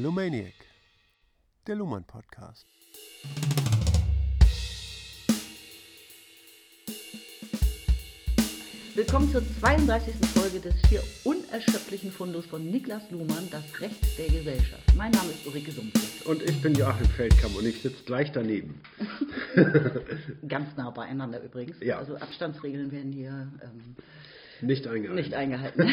Lumaniac, der Luhmann Podcast. Willkommen zur 32. Folge des schier unerschöpflichen Fundus von Niklas Luhmann, das Recht der Gesellschaft. Mein Name ist Ulrike Sumpfit. Und ich bin Joachim Feldkamp und ich sitze gleich daneben. Ganz nah beieinander übrigens. Ja. Also Abstandsregeln werden hier nicht eingehalten.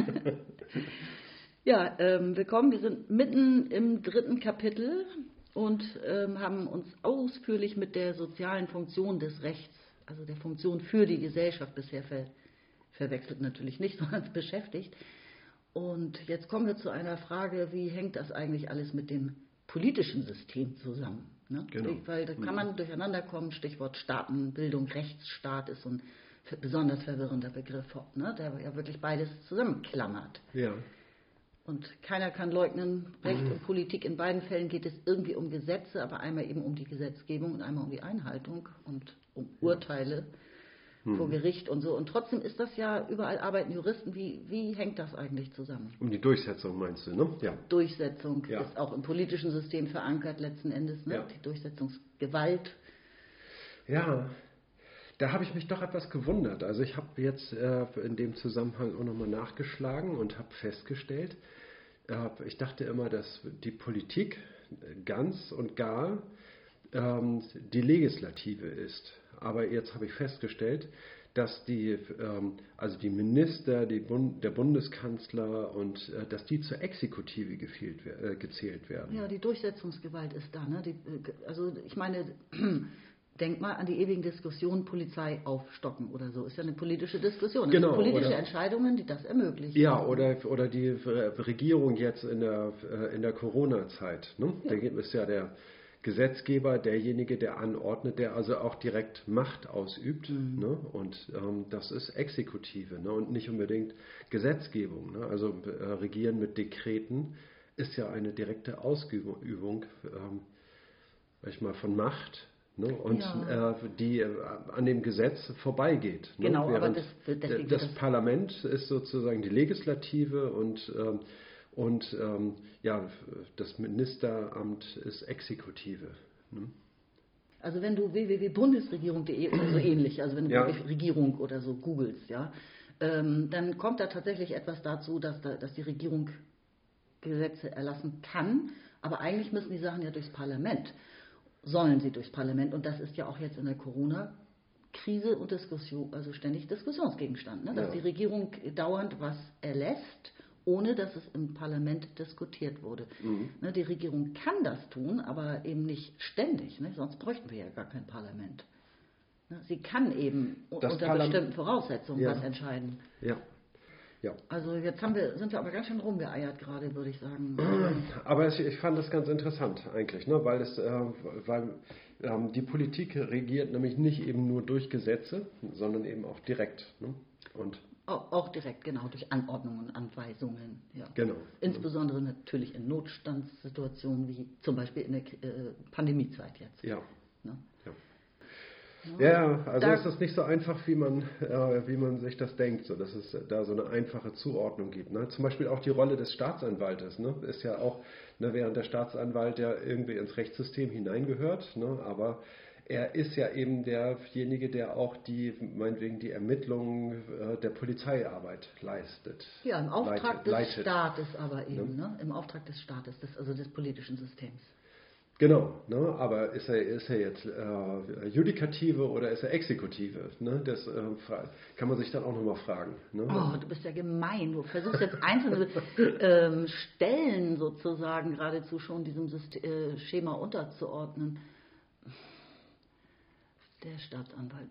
Ja, willkommen. Wir sind mitten im 3. Kapitel und haben uns ausführlich mit der sozialen Funktion des Rechts, also der Funktion für die Gesellschaft bisher verwechselt natürlich nicht, sondern beschäftigt. Und jetzt kommen wir zu einer Frage, wie hängt das eigentlich alles mit dem politischen System zusammen? Ne? Genau. Weil da kann man durcheinander kommen, Stichwort Staatenbildung, Rechtsstaat ist so ein besonders verwirrender Begriff, ne? Der ja wirklich beides zusammenklammert. Ja. Und keiner kann leugnen, Recht und Politik, in beiden Fällen geht es irgendwie um Gesetze, aber einmal eben um die Gesetzgebung und einmal um die Einhaltung und um Urteile vor Gericht und so. Und trotzdem ist das ja, überall arbeiten Juristen. Wie hängt das eigentlich zusammen? Um die Durchsetzung meinst du, ne? Ja. Durchsetzung Ja. ist auch im politischen System verankert letzten Endes, ne? Ja. Die Durchsetzungsgewalt. Ja, da habe ich mich doch etwas gewundert. Also ich habe jetzt in dem Zusammenhang auch nochmal nachgeschlagen und habe festgestellt, ich dachte immer, dass die Politik ganz und gar die Legislative ist. Aber jetzt habe ich festgestellt, dass die Minister, der Bundeskanzler und dass die zur Exekutive gezählt werden. Ja, die Durchsetzungsgewalt ist da. Ne? Also ich meine, denk mal an die ewigen Diskussionen, Polizei aufstocken oder so. Ist ja eine politische Diskussion. Das Genau, sind politische oder Entscheidungen, die das ermöglichen. Ja, oder die Regierung jetzt in der Corona-Zeit. Ne? Ja. Da ist ja der Gesetzgeber derjenige, der anordnet, der also auch direkt Macht ausübt. Ne? Und das ist Exekutive, ne? Und nicht unbedingt Gesetzgebung. Ne? Also Regieren mit Dekreten ist ja eine direkte Ausübung von Macht. Ne? Und Ja. die an dem Gesetz vorbeigeht. Ne? Genau, aber Während das Parlament ist sozusagen die Legislative und das Ministeramt ist Exekutive. Ne? Also wenn du www.bundesregierung.de oder so ähnlich, also wenn du wirklich Regierung oder so googelst, ja, dann kommt da tatsächlich etwas dazu, dass die Regierung Gesetze erlassen kann, aber eigentlich müssen die Sachen ja durchs Parlament. Sollen sie durchs Parlament, und das ist ja auch jetzt in der Corona-Krise und Diskussion, also ständig Diskussionsgegenstand, ne? Dass die Regierung dauernd was erlässt, ohne dass es im Parlament diskutiert wurde. Ne, die Regierung kann das tun, aber eben nicht ständig, ne? Sonst bräuchten wir ja gar kein Parlament. Ne? Sie kann eben unter bestimmten Voraussetzungen was entscheiden. Ja. Ja. Also jetzt sind wir aber ganz schön rumgeeiert gerade, würde ich sagen. Aber ich fand das ganz interessant eigentlich, ne? Weil die Politik regiert nämlich nicht eben nur durch Gesetze, sondern eben auch direkt. Ne? Und auch direkt, genau, durch Anordnungen, Anweisungen. Ja. Genau. Insbesondere natürlich in Notstandssituationen, wie zum Beispiel in der Pandemiezeit jetzt. Ja. Ne? Ja, also ist das nicht so einfach, wie man sich das denkt, so dass es da so eine einfache Zuordnung gibt. Ne? Zum Beispiel auch die Rolle des Staatsanwaltes, ne? Ist ja auch, ne, während der Staatsanwalt ja irgendwie ins Rechtssystem hineingehört, ne? Aber er ist ja eben derjenige, der auch meinetwegen die Ermittlungen der Polizeiarbeit leistet. Ja, im Auftrag des Staates aber eben, ne? Im Auftrag des Staates, des politischen Systems. Genau, ne? Aber ist er jetzt Judikative oder ist er Exekutive? Ne? Das kann man sich dann auch nochmal fragen. Ne? Oh, du bist ja gemein. Du versuchst jetzt einzelne Stellen sozusagen geradezu schon diesem Schema unterzuordnen. Der Staatsanwalt.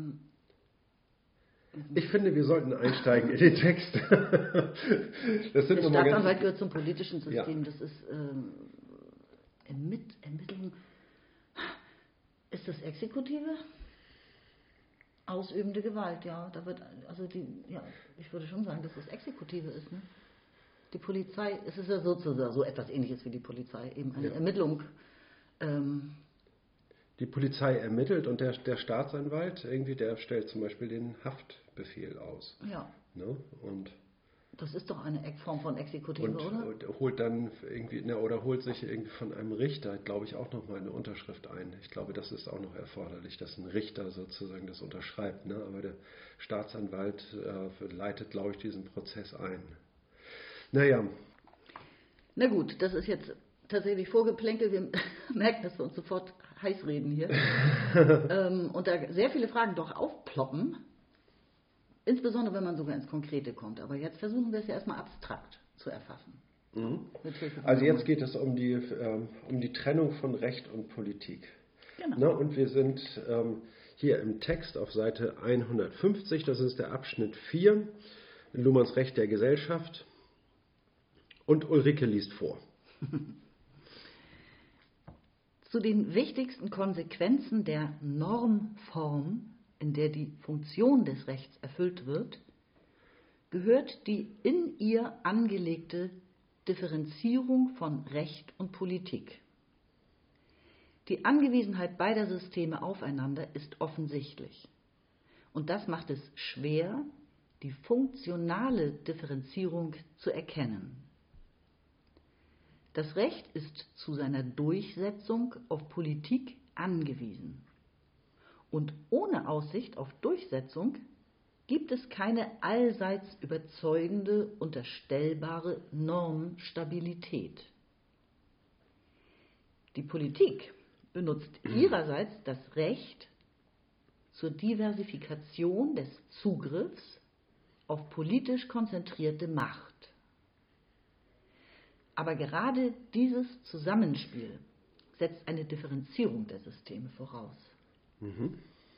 Ich finde, wir sollten einsteigen in den Text. Der Staatsanwalt gehört zum politischen System. Ja. Das ist Ermittlung. Ist das Exekutive? Ausübende Gewalt, ja. Ich würde schon sagen, dass das Exekutive ist. Ne? Die Polizei, es ist ja sozusagen so etwas Ähnliches wie die Polizei, eben eine Ermittlung. Die Polizei ermittelt und der Staatsanwalt, der stellt zum Beispiel den Haftbefehl aus. Ja. Ne? Und Das ist doch eine Form von Exekutive, oder? Und holt dann irgendwie, oder holt sich irgendwie von einem Richter, glaube ich, auch nochmal eine Unterschrift ein. Ich glaube, das ist auch noch erforderlich, dass ein Richter sozusagen das unterschreibt. Ne? Aber der Staatsanwalt leitet, glaube ich, diesen Prozess ein. Naja. Na gut, das ist jetzt tatsächlich Vorgeplänkel. Wir merken, dass wir uns sofort heiß reden hier. Und da sehr viele Fragen doch aufploppen. Insbesondere, wenn man sogar ins Konkrete kommt. Aber jetzt versuchen wir es ja erstmal abstrakt zu erfassen. Mhm. Also jetzt geht es um die Trennung von Recht und Politik. Genau. Na, und wir sind hier im Text auf Seite 150, das ist der Abschnitt 4, Luhmanns Recht der Gesellschaft. Und Ulrike liest vor. Zu den wichtigsten Konsequenzen der Normform, in der die Funktion des Rechts erfüllt wird, gehört die in ihr angelegte Differenzierung von Recht und Politik. Die Angewiesenheit beider Systeme aufeinander ist offensichtlich. Und das macht es schwer, die funktionale Differenzierung zu erkennen. Das Recht ist zu seiner Durchsetzung auf Politik angewiesen. Und ohne Aussicht auf Durchsetzung gibt es keine allseits überzeugende, unterstellbare Normstabilität. Die Politik benutzt ihrerseits das Recht zur Diversifikation des Zugriffs auf politisch konzentrierte Macht. Aber gerade dieses Zusammenspiel setzt eine Differenzierung der Systeme voraus. Mhm.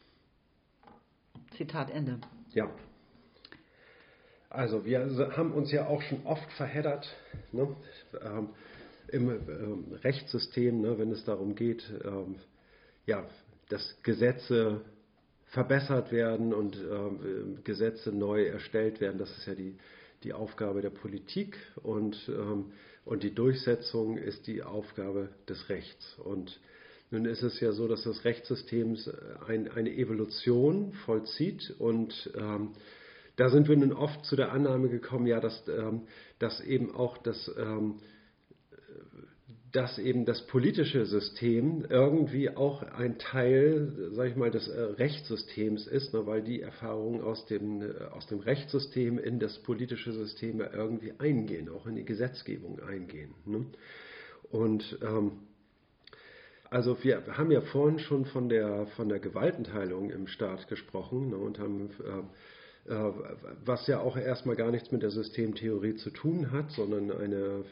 Zitat Ende. Ja. Also wir haben uns ja auch schon oft verheddert, ne, im Rechtssystem, ne, wenn es darum geht, dass Gesetze verbessert werden und Gesetze neu erstellt werden. Das ist ja die Aufgabe der Politik und die Durchsetzung ist die Aufgabe des Rechts. Und nun ist es ja so, dass das Rechtssystem eine Evolution vollzieht und da sind wir nun oft zu der Annahme gekommen, ja, dass eben auch dass eben das politische System irgendwie auch ein Teil, sag ich mal, des Rechtssystems ist, ne, weil die Erfahrungen aus dem Rechtssystem in das politische System irgendwie eingehen, auch in die Gesetzgebung eingehen. Ne? Und also wir haben ja vorhin schon von der Gewaltenteilung im Staat gesprochen, ne, und haben was ja auch erstmal gar nichts mit der Systemtheorie zu tun hat, sondern eine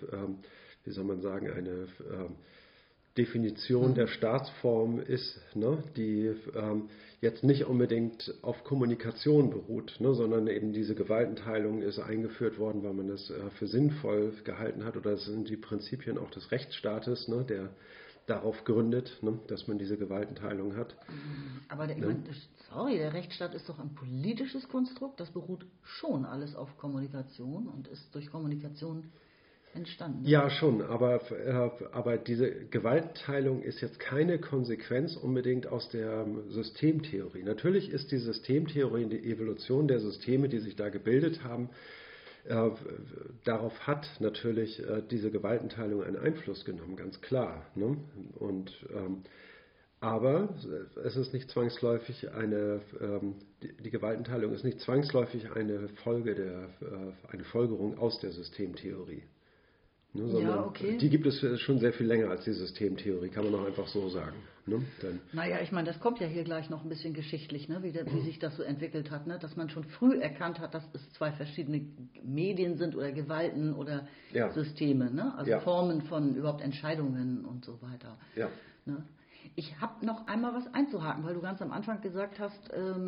Definition der Staatsform ist, ne, die jetzt nicht unbedingt auf Kommunikation beruht, ne, sondern eben diese Gewaltenteilung ist eingeführt worden, weil man das für sinnvoll gehalten hat, oder das sind die Prinzipien auch des Rechtsstaates, ne, der darauf gründet, ne, dass man diese Gewaltenteilung hat. Aber der Rechtsstaat ist doch ein politisches Konstrukt, das beruht schon alles auf Kommunikation und ist durch Kommunikation entstanden. Ja, schon, aber diese Gewaltenteilung ist jetzt keine Konsequenz unbedingt aus der Systemtheorie. Natürlich ist die Systemtheorie die Evolution der Systeme, die sich da gebildet haben. Darauf hat natürlich diese Gewaltenteilung einen Einfluss genommen, ganz klar. Ne? Und aber es ist nicht zwangsläufig die Gewaltenteilung ist nicht zwangsläufig eine Folgerung aus der Systemtheorie. Ne, ja, okay. Die gibt es schon sehr viel länger als die Systemtheorie, kann man auch einfach so sagen. Ne? Naja, ich meine, das kommt ja hier gleich noch ein bisschen geschichtlich, ne? Wie sich das so entwickelt hat, ne? Dass man schon früh erkannt hat, dass es zwei verschiedene Medien sind oder Gewalten oder Systeme, ne? Also Formen von überhaupt Entscheidungen und so weiter. Ja. Ne? Ich habe noch einmal was einzuhaken, weil du ganz am Anfang gesagt hast,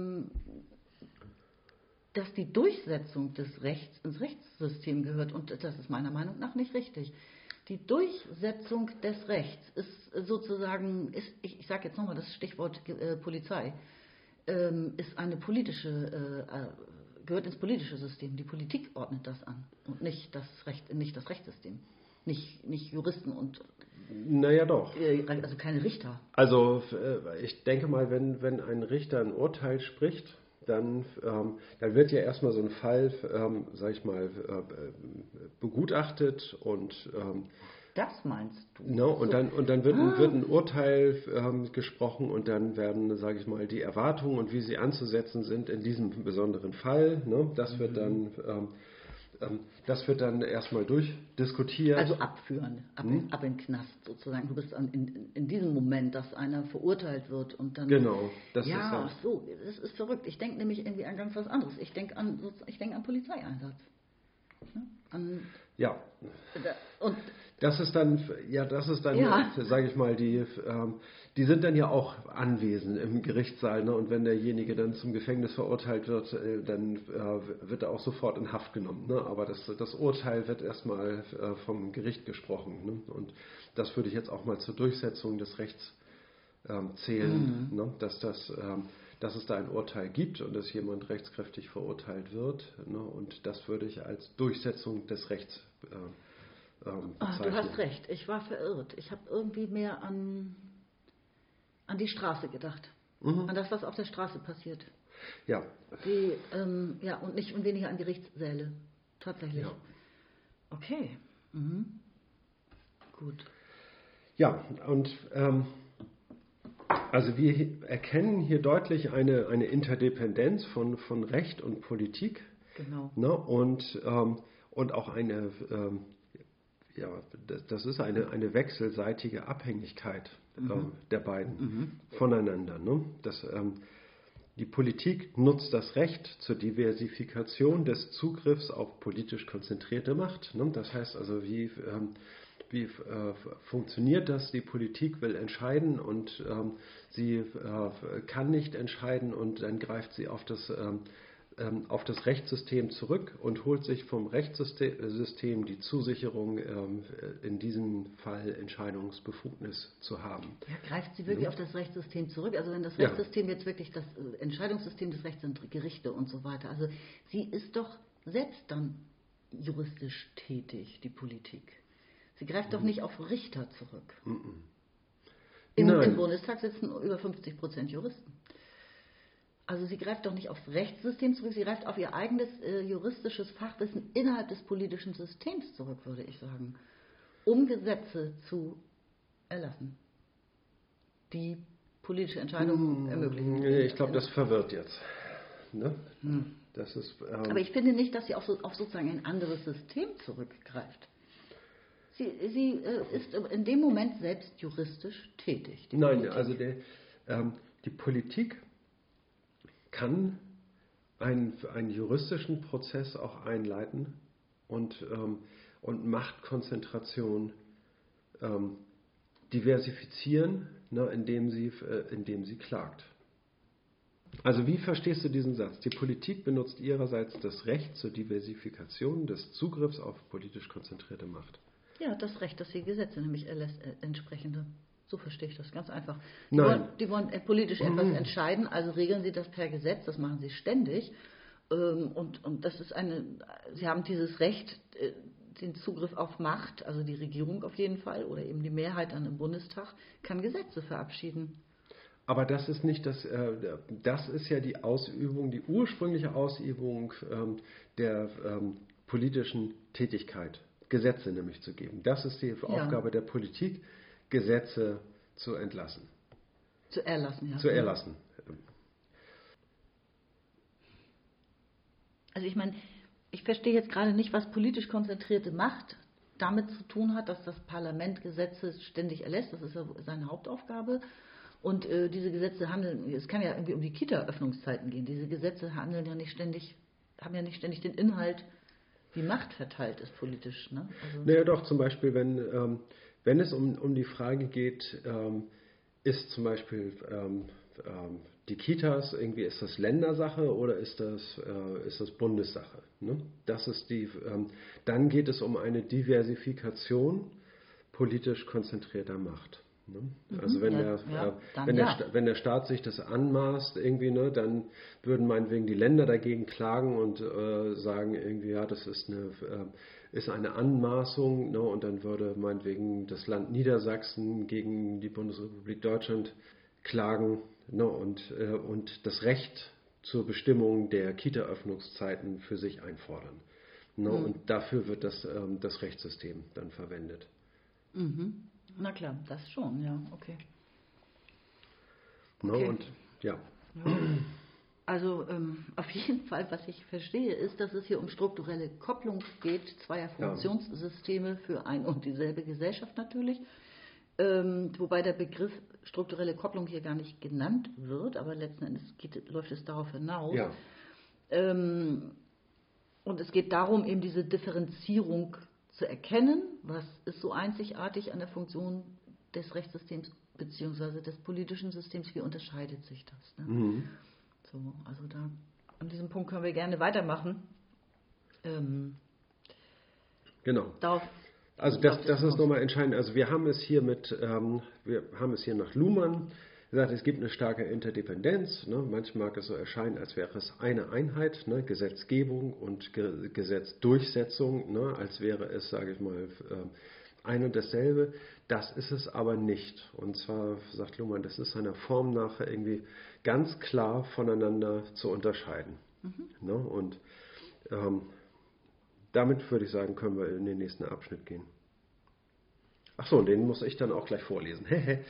dass die Durchsetzung des Rechts ins Rechtssystem gehört, und das ist meiner Meinung nach nicht richtig. Die Durchsetzung des Rechts ist sozusagen, ich sage jetzt nochmal das Stichwort Polizei, ist eine politische, gehört ins politische System. Die Politik ordnet das an und nicht das Rechtssystem. Nicht Juristen und... Naja, doch. Also keine Richter. Also ich denke mal, wenn ein Richter ein Urteil spricht, dann wird ja erstmal so ein Fall, sag ich mal, begutachtet und das meinst du? no, und dann wird ein Urteil gesprochen und dann werden, sage ich mal, die Erwartungen und wie sie anzusetzen sind in diesem besonderen Fall, ne, das wird dann erstmal durchdiskutiert. Also abführen, ab in den Knast sozusagen. Du bist in diesem Moment, dass einer verurteilt wird und dann... Genau. Das ist verrückt. Ich denke nämlich irgendwie an ganz was anderes. Ich denke an Polizeieinsatz. Ne? Und das ist dann, sage ich mal, die sind dann ja auch anwesend im Gerichtssaal, ne? Und wenn derjenige dann zum Gefängnis verurteilt wird, dann wird er auch sofort in Haft genommen, ne? Aber das Urteil wird erstmal vom Gericht gesprochen, ne? Und das würde ich jetzt auch mal zur Durchsetzung des Rechts zählen, ne? Dass es da ein Urteil gibt und dass jemand rechtskräftig verurteilt wird, ne? Und das würde ich als Durchsetzung des Rechts du hast recht, ich war verirrt. Ich habe irgendwie mehr an die Straße gedacht. An das, was auf der Straße passiert. Ja. Und nicht und weniger an Gerichtssäle. Tatsächlich. Ja. Okay. Gut. Ja, und also wir erkennen hier deutlich eine Interdependenz von Recht und Politik. Genau. Ne? Und auch eine das ist eine wechselseitige Abhängigkeit der beiden voneinander. Ne? Die Politik nutzt das Recht zur Diversifikation des Zugriffs auf politisch konzentrierte Macht. Ne? Das heißt also, wie funktioniert das? Die Politik will entscheiden und sie kann nicht entscheiden und dann greift sie auf das Rechtssystem zurück und holt sich vom Rechtssystem die Zusicherung, in diesem Fall Entscheidungsbefugnis zu haben. Ja, greift sie wirklich auf das Rechtssystem zurück? Also wenn das Rechtssystem jetzt wirklich das Entscheidungssystem des Rechts sind, Gerichte und so weiter, also sie ist doch selbst dann juristisch tätig, die Politik. Sie greift doch nicht auf Richter zurück. Im Bundestag sitzen über 50% Juristen. Also sie greift doch nicht aufs Rechtssystem zurück, sie greift auf ihr eigenes juristisches Fachwissen innerhalb des politischen Systems zurück, würde ich sagen, um Gesetze zu erlassen, die politische Entscheidungen ermöglichen. Ich glaube, das verwirrt jetzt. Ne? Das ist, aber ich finde nicht, dass sie auf sozusagen ein anderes System zurückgreift. Sie ist in dem Moment selbst juristisch tätig. Nein, Politik. Also die Politik kann einen juristischen Prozess auch einleiten und Machtkonzentration diversifizieren, ne, indem sie klagt. Also wie verstehst du diesen Satz? Die Politik benutzt ihrerseits das Recht zur Diversifikation des Zugriffs auf politisch konzentrierte Macht. Ja, das Recht, dass sie Gesetze nämlich erlässt, entsprechende. So verstehe ich das ganz einfach. Die wollen politisch etwas entscheiden, also regeln sie das per Gesetz, das machen sie ständig. Und das ist sie haben dieses Recht, den Zugriff auf Macht, also die Regierung auf jeden Fall, oder eben die Mehrheit dann im Bundestag, kann Gesetze verabschieden. Aber das ist nicht das ist ja die Ausübung, die ursprüngliche Ausübung der politischen Tätigkeit, Gesetze nämlich zu geben. Das ist die Aufgabe der Politik, Gesetze zu entlassen. Zu erlassen, ja. Zu erlassen. Also ich meine, ich verstehe jetzt gerade nicht, was politisch konzentrierte Macht damit zu tun hat, dass das Parlament Gesetze ständig erlässt. Das ist ja seine Hauptaufgabe. Und diese Gesetze handeln, es kann ja irgendwie um die Kita-Öffnungszeiten gehen. Diese Gesetze handeln ja nicht ständig, haben ja nicht ständig den Inhalt, wie Macht verteilt ist politisch. Ne? Also naja doch, zum Beispiel, wenn es um die Frage geht, ist zum Beispiel die Kitas, irgendwie ist das Ländersache oder ist das Bundessache? Ne? Das ist dann geht es um eine Diversifikation politisch konzentrierter Macht. Ne? Also wenn der Staat sich das anmaßt, irgendwie, ne, dann würden meinetwegen die Länder dagegen klagen und sagen irgendwie, ja, das ist eine Anmaßung, ne, und dann würde meinetwegen das Land Niedersachsen gegen die Bundesrepublik Deutschland klagen, ne, und das Recht zur Bestimmung der Kita-Öffnungszeiten für sich einfordern. Ne? Und dafür wird das Rechtssystem dann verwendet. Mhm. Na klar, das schon, ja, okay. Ne? Und ja. Also auf jeden Fall, was ich verstehe, ist, dass es hier um strukturelle Kopplung geht, zweier Funktionssysteme für ein und dieselbe Gesellschaft natürlich. Wobei der Begriff strukturelle Kopplung hier gar nicht genannt wird, aber letzten Endes läuft es darauf hinaus. Ja. Und es geht darum, eben diese Differenzierung zu erkennen, was ist so einzigartig an der Funktion des Rechtssystems bzw. des politischen Systems, wie unterscheidet sich das. Ne? So, also da an diesem Punkt können wir gerne weitermachen. Genau. Also das ist nochmal entscheidend. Also wir haben es hier nach Luhmann gesagt, es gibt eine starke Interdependenz. Ne? Manchmal mag es so erscheinen, als wäre es eine Einheit, ne? Gesetzgebung und Gesetzdurchsetzung, ne? Als wäre es, sage ich mal, ein und dasselbe. Das ist es aber nicht. Und zwar sagt Luhmann, das ist seiner Form nach irgendwie ganz klar voneinander zu unterscheiden. Ne? Und damit würde ich sagen, können wir in den nächsten Abschnitt gehen. Achso, den muss ich dann auch gleich vorlesen.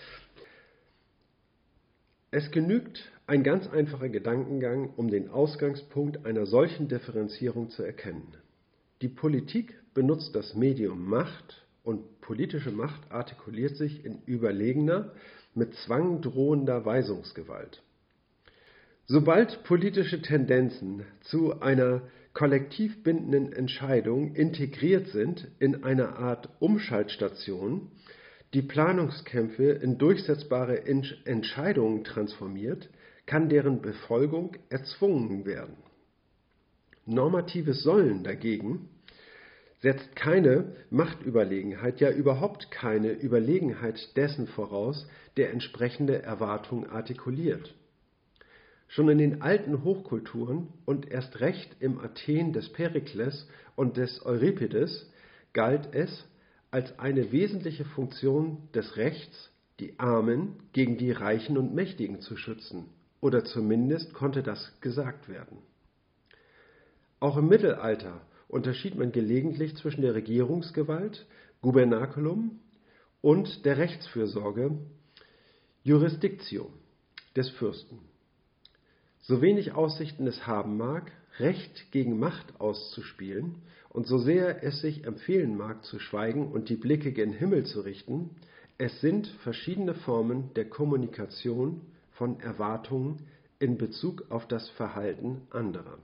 Es genügt ein ganz einfacher Gedankengang, um den Ausgangspunkt einer solchen Differenzierung zu erkennen. Die Politik benutzt das Medium Macht und politische Macht artikuliert sich in überlegener, mit Zwang drohender Weisungsgewalt. Sobald politische Tendenzen zu einer kollektiv bindenden Entscheidung integriert sind in eine Art Umschaltstation, die Planungskämpfe in durchsetzbare Entscheidungen transformiert, kann deren Befolgung erzwungen werden. Normatives Sollen dagegen setzt keine Machtüberlegenheit, ja überhaupt keine Überlegenheit dessen voraus, der entsprechende Erwartung artikuliert. Schon in den alten Hochkulturen und erst recht im Athen des Perikles und des Euripides galt es als eine wesentliche Funktion des Rechts, die Armen gegen die Reichen und Mächtigen zu schützen, oder zumindest konnte das gesagt werden. Auch im Mittelalter unterschied man gelegentlich zwischen der Regierungsgewalt, Gubernaculum, und der Rechtsfürsorge, Jurisdictio, des Fürsten. So wenig Aussichten es haben mag, Recht gegen Macht auszuspielen, und so sehr es sich empfehlen mag, zu schweigen und die Blicke gen Himmel zu richten, es sind verschiedene Formen der Kommunikation von Erwartungen in Bezug auf das Verhalten anderer.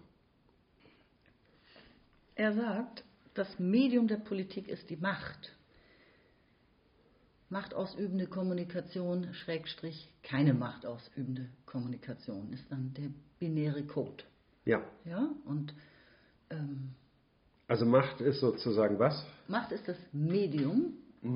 Er sagt, das Medium der Politik ist die Macht. Machtausübende Kommunikation, Schrägstrich, keine machtausübende Kommunikation, ist dann der binäre Code. Ja. Ja, und also Macht ist sozusagen was? Macht ist das Medium,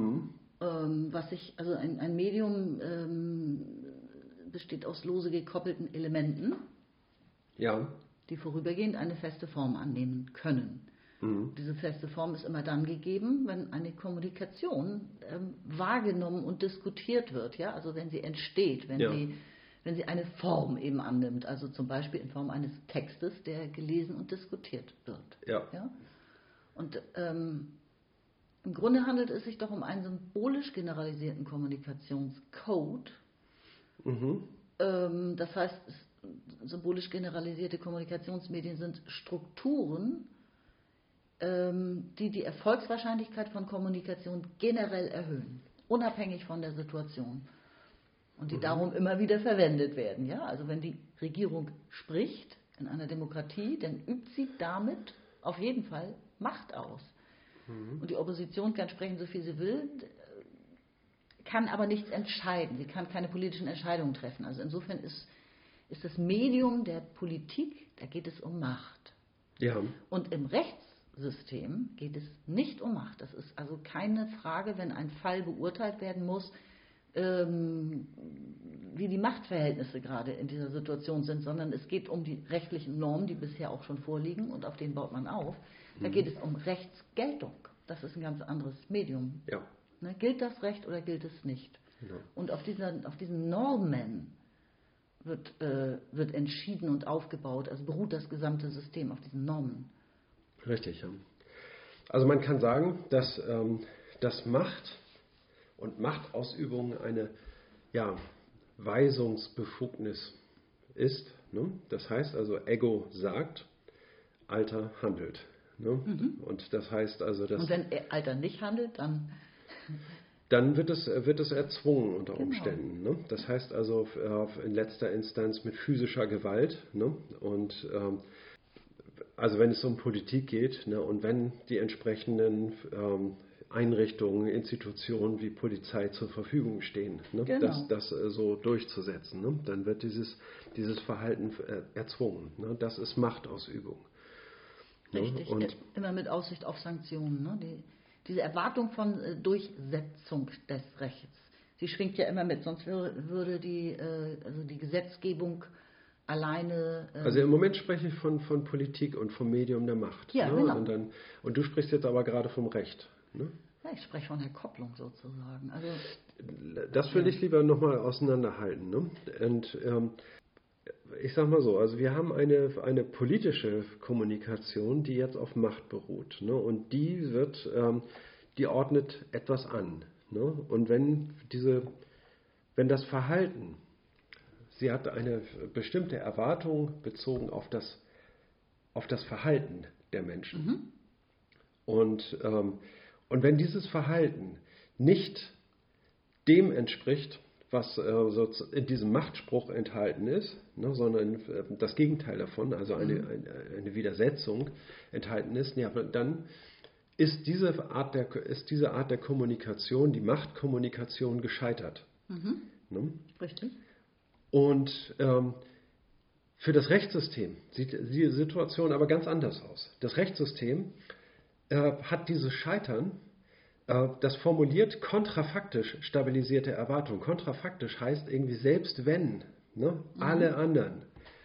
also ein Medium besteht aus lose gekoppelten Elementen, die vorübergehend eine feste Form annehmen können. Diese feste Form ist immer dann gegeben, wenn eine Kommunikation wahrgenommen und diskutiert wird. Ja? Also wenn sie entsteht, wenn sie eine Form eben annimmt. Also zum Beispiel in Form eines Textes, der gelesen und diskutiert wird. Ja? Und im Grunde handelt es sich doch um einen symbolisch generalisierten Kommunikationscode. Das heißt, symbolisch generalisierte Kommunikationsmedien sind Strukturen, die die Erfolgswahrscheinlichkeit von Kommunikation generell erhöhen, unabhängig von der Situation. Und die darum immer wieder verwendet werden. Ja? Also wenn die Regierung spricht in einer Demokratie, dann übt sie damit auf jeden Fall Macht aus. Und die Opposition kann sprechen, so viel sie will, kann aber nichts entscheiden. Sie kann keine politischen Entscheidungen treffen. Also insofern ist das Medium der Politik, da geht es um Macht. Ja. Und im Rechtssystem geht es nicht um Macht. Das ist also keine Frage, wenn ein Fall beurteilt werden muss, wie die Machtverhältnisse gerade in dieser Situation sind, sondern es geht um die rechtlichen Normen, die bisher auch schon vorliegen und auf denen baut man auf. Da geht es um Rechtsgeltung. Das ist ein ganz anderes Medium. Ja. Ne, gilt das Recht oder gilt es nicht? Genau. Und auf diesen Normen wird entschieden und aufgebaut. Also beruht das gesamte System auf diesen Normen. Richtig, ja. Also man kann sagen, dass Macht und Machtausübung eine Weisungsbefugnis ist. Ne? Das heißt also, Ego sagt, Alter handelt. Ne? Und das heißt also, dass... Und wenn Alter nicht handelt, dann wird es erzwungen unter Umständen. Ne? Das heißt also in letzter Instanz mit physischer Gewalt. Ne? Und also wenn es um Politik geht, ne, und wenn die entsprechenden Einrichtungen, Institutionen wie Polizei zur Verfügung stehen, ne, genau. das so durchzusetzen, ne, dann wird dieses Verhalten erzwungen. Ne? Das ist Machtausübung. Richtig, ne? Und immer mit Aussicht auf Sanktionen. Ne? Diese Erwartung von Durchsetzung des Rechts, die schwingt ja immer mit, sonst würde die Gesetzgebung alleine... also im Moment spreche ich von Politik und vom Medium der Macht. Ja, ne? genau. Und du sprichst jetzt aber gerade vom Recht. Ne? Ja, ich spreche von der Kopplung sozusagen. Also, das will ich lieber nochmal auseinanderhalten. Ne? Und ich sag mal so, also wir haben eine politische Kommunikation, die jetzt auf Macht beruht. Ne? Und die ordnet etwas an. Ne? Und wenn das Verhalten, sie hat eine bestimmte Erwartung bezogen auf das Verhalten der Menschen. Und wenn dieses Verhalten nicht dem entspricht, was in diesem Machtspruch enthalten ist, ne, sondern das Gegenteil davon, also eine Widersetzung enthalten ist, ja, dann ist diese Art der Kommunikation, die Machtkommunikation, gescheitert. Ne? richtig. Und für das Rechtssystem sieht die Situation aber ganz anders aus. Das Rechtssystem hat dieses Scheitern, das formuliert kontrafaktisch stabilisierte Erwartung. Kontrafaktisch heißt irgendwie, selbst wenn alle anderen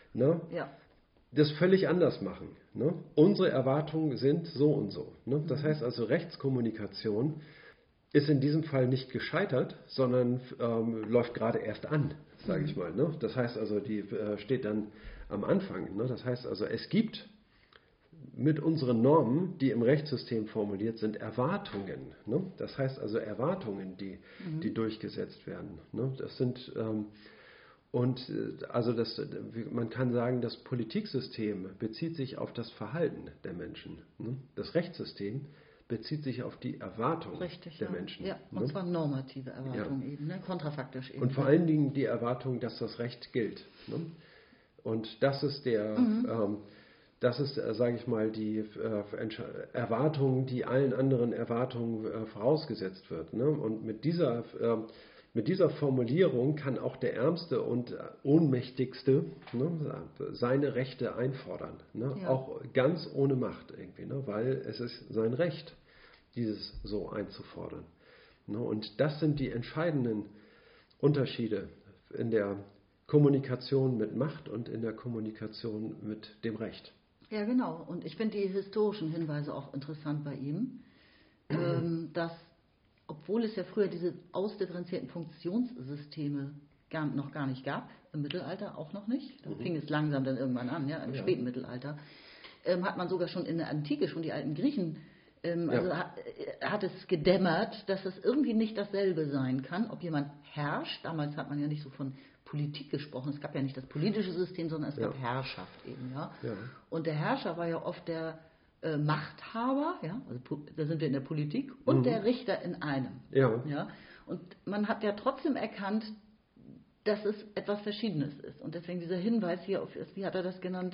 das völlig anders machen. Ne? Unsere Erwartungen sind so und so. Ne? Das heißt also, Rechtskommunikation ist in diesem Fall nicht gescheitert, sondern läuft gerade erst an, sage ich mal. Ne? Das heißt also, die steht dann am Anfang. Ne? Das heißt also, es gibt mit unseren Normen, die im Rechtssystem formuliert sind, Erwartungen. Ne? Das heißt also Erwartungen, die durchgesetzt werden. Ne? Das sind man kann sagen, das Politiksystem bezieht sich auf das Verhalten der Menschen. Ne? Das Rechtssystem bezieht sich auf die Erwartungen der Menschen. Ja, und zwar normative Erwartungen eben, ne? Kontrafaktisch eben. Und vor allen Dingen die Erwartung, dass das Recht gilt. Ne? Und das ist sage ich mal, die Erwartung, die allen anderen Erwartungen vorausgesetzt wird. Ne? Und mit dieser Formulierung kann auch der Ärmste und Ohnmächtigste seine Rechte einfordern. Ne? Ja. Auch ganz ohne Macht irgendwie, ne? Weil es ist sein Recht, dieses so einzufordern. Ne? Und das sind die entscheidenden Unterschiede in der Kommunikation mit Macht und in der Kommunikation mit dem Recht. Ja, genau. Und ich finde die historischen Hinweise auch interessant bei ihm, dass, obwohl es ja früher diese ausdifferenzierten Funktionssysteme noch gar nicht gab, im Mittelalter auch noch nicht, da fing es langsam dann irgendwann an, ja, im späten Mittelalter, hat man sogar schon in der Antike, schon die alten Griechen, hat es gedämmert, dass es irgendwie nicht dasselbe sein kann, ob jemand herrscht. Damals hat man ja nicht so von Politik gesprochen. Es gab ja nicht das politische System, sondern es gab Herrschaft eben. Ja? Ja. Und der Herrscher war ja oft der Machthaber, ja? Also da sind wir in der Politik, und der Richter in einem. Ja. Ja? Und man hat ja trotzdem erkannt, dass es etwas Verschiedenes ist. Und deswegen dieser Hinweis hier auf, wie hat er das genannt,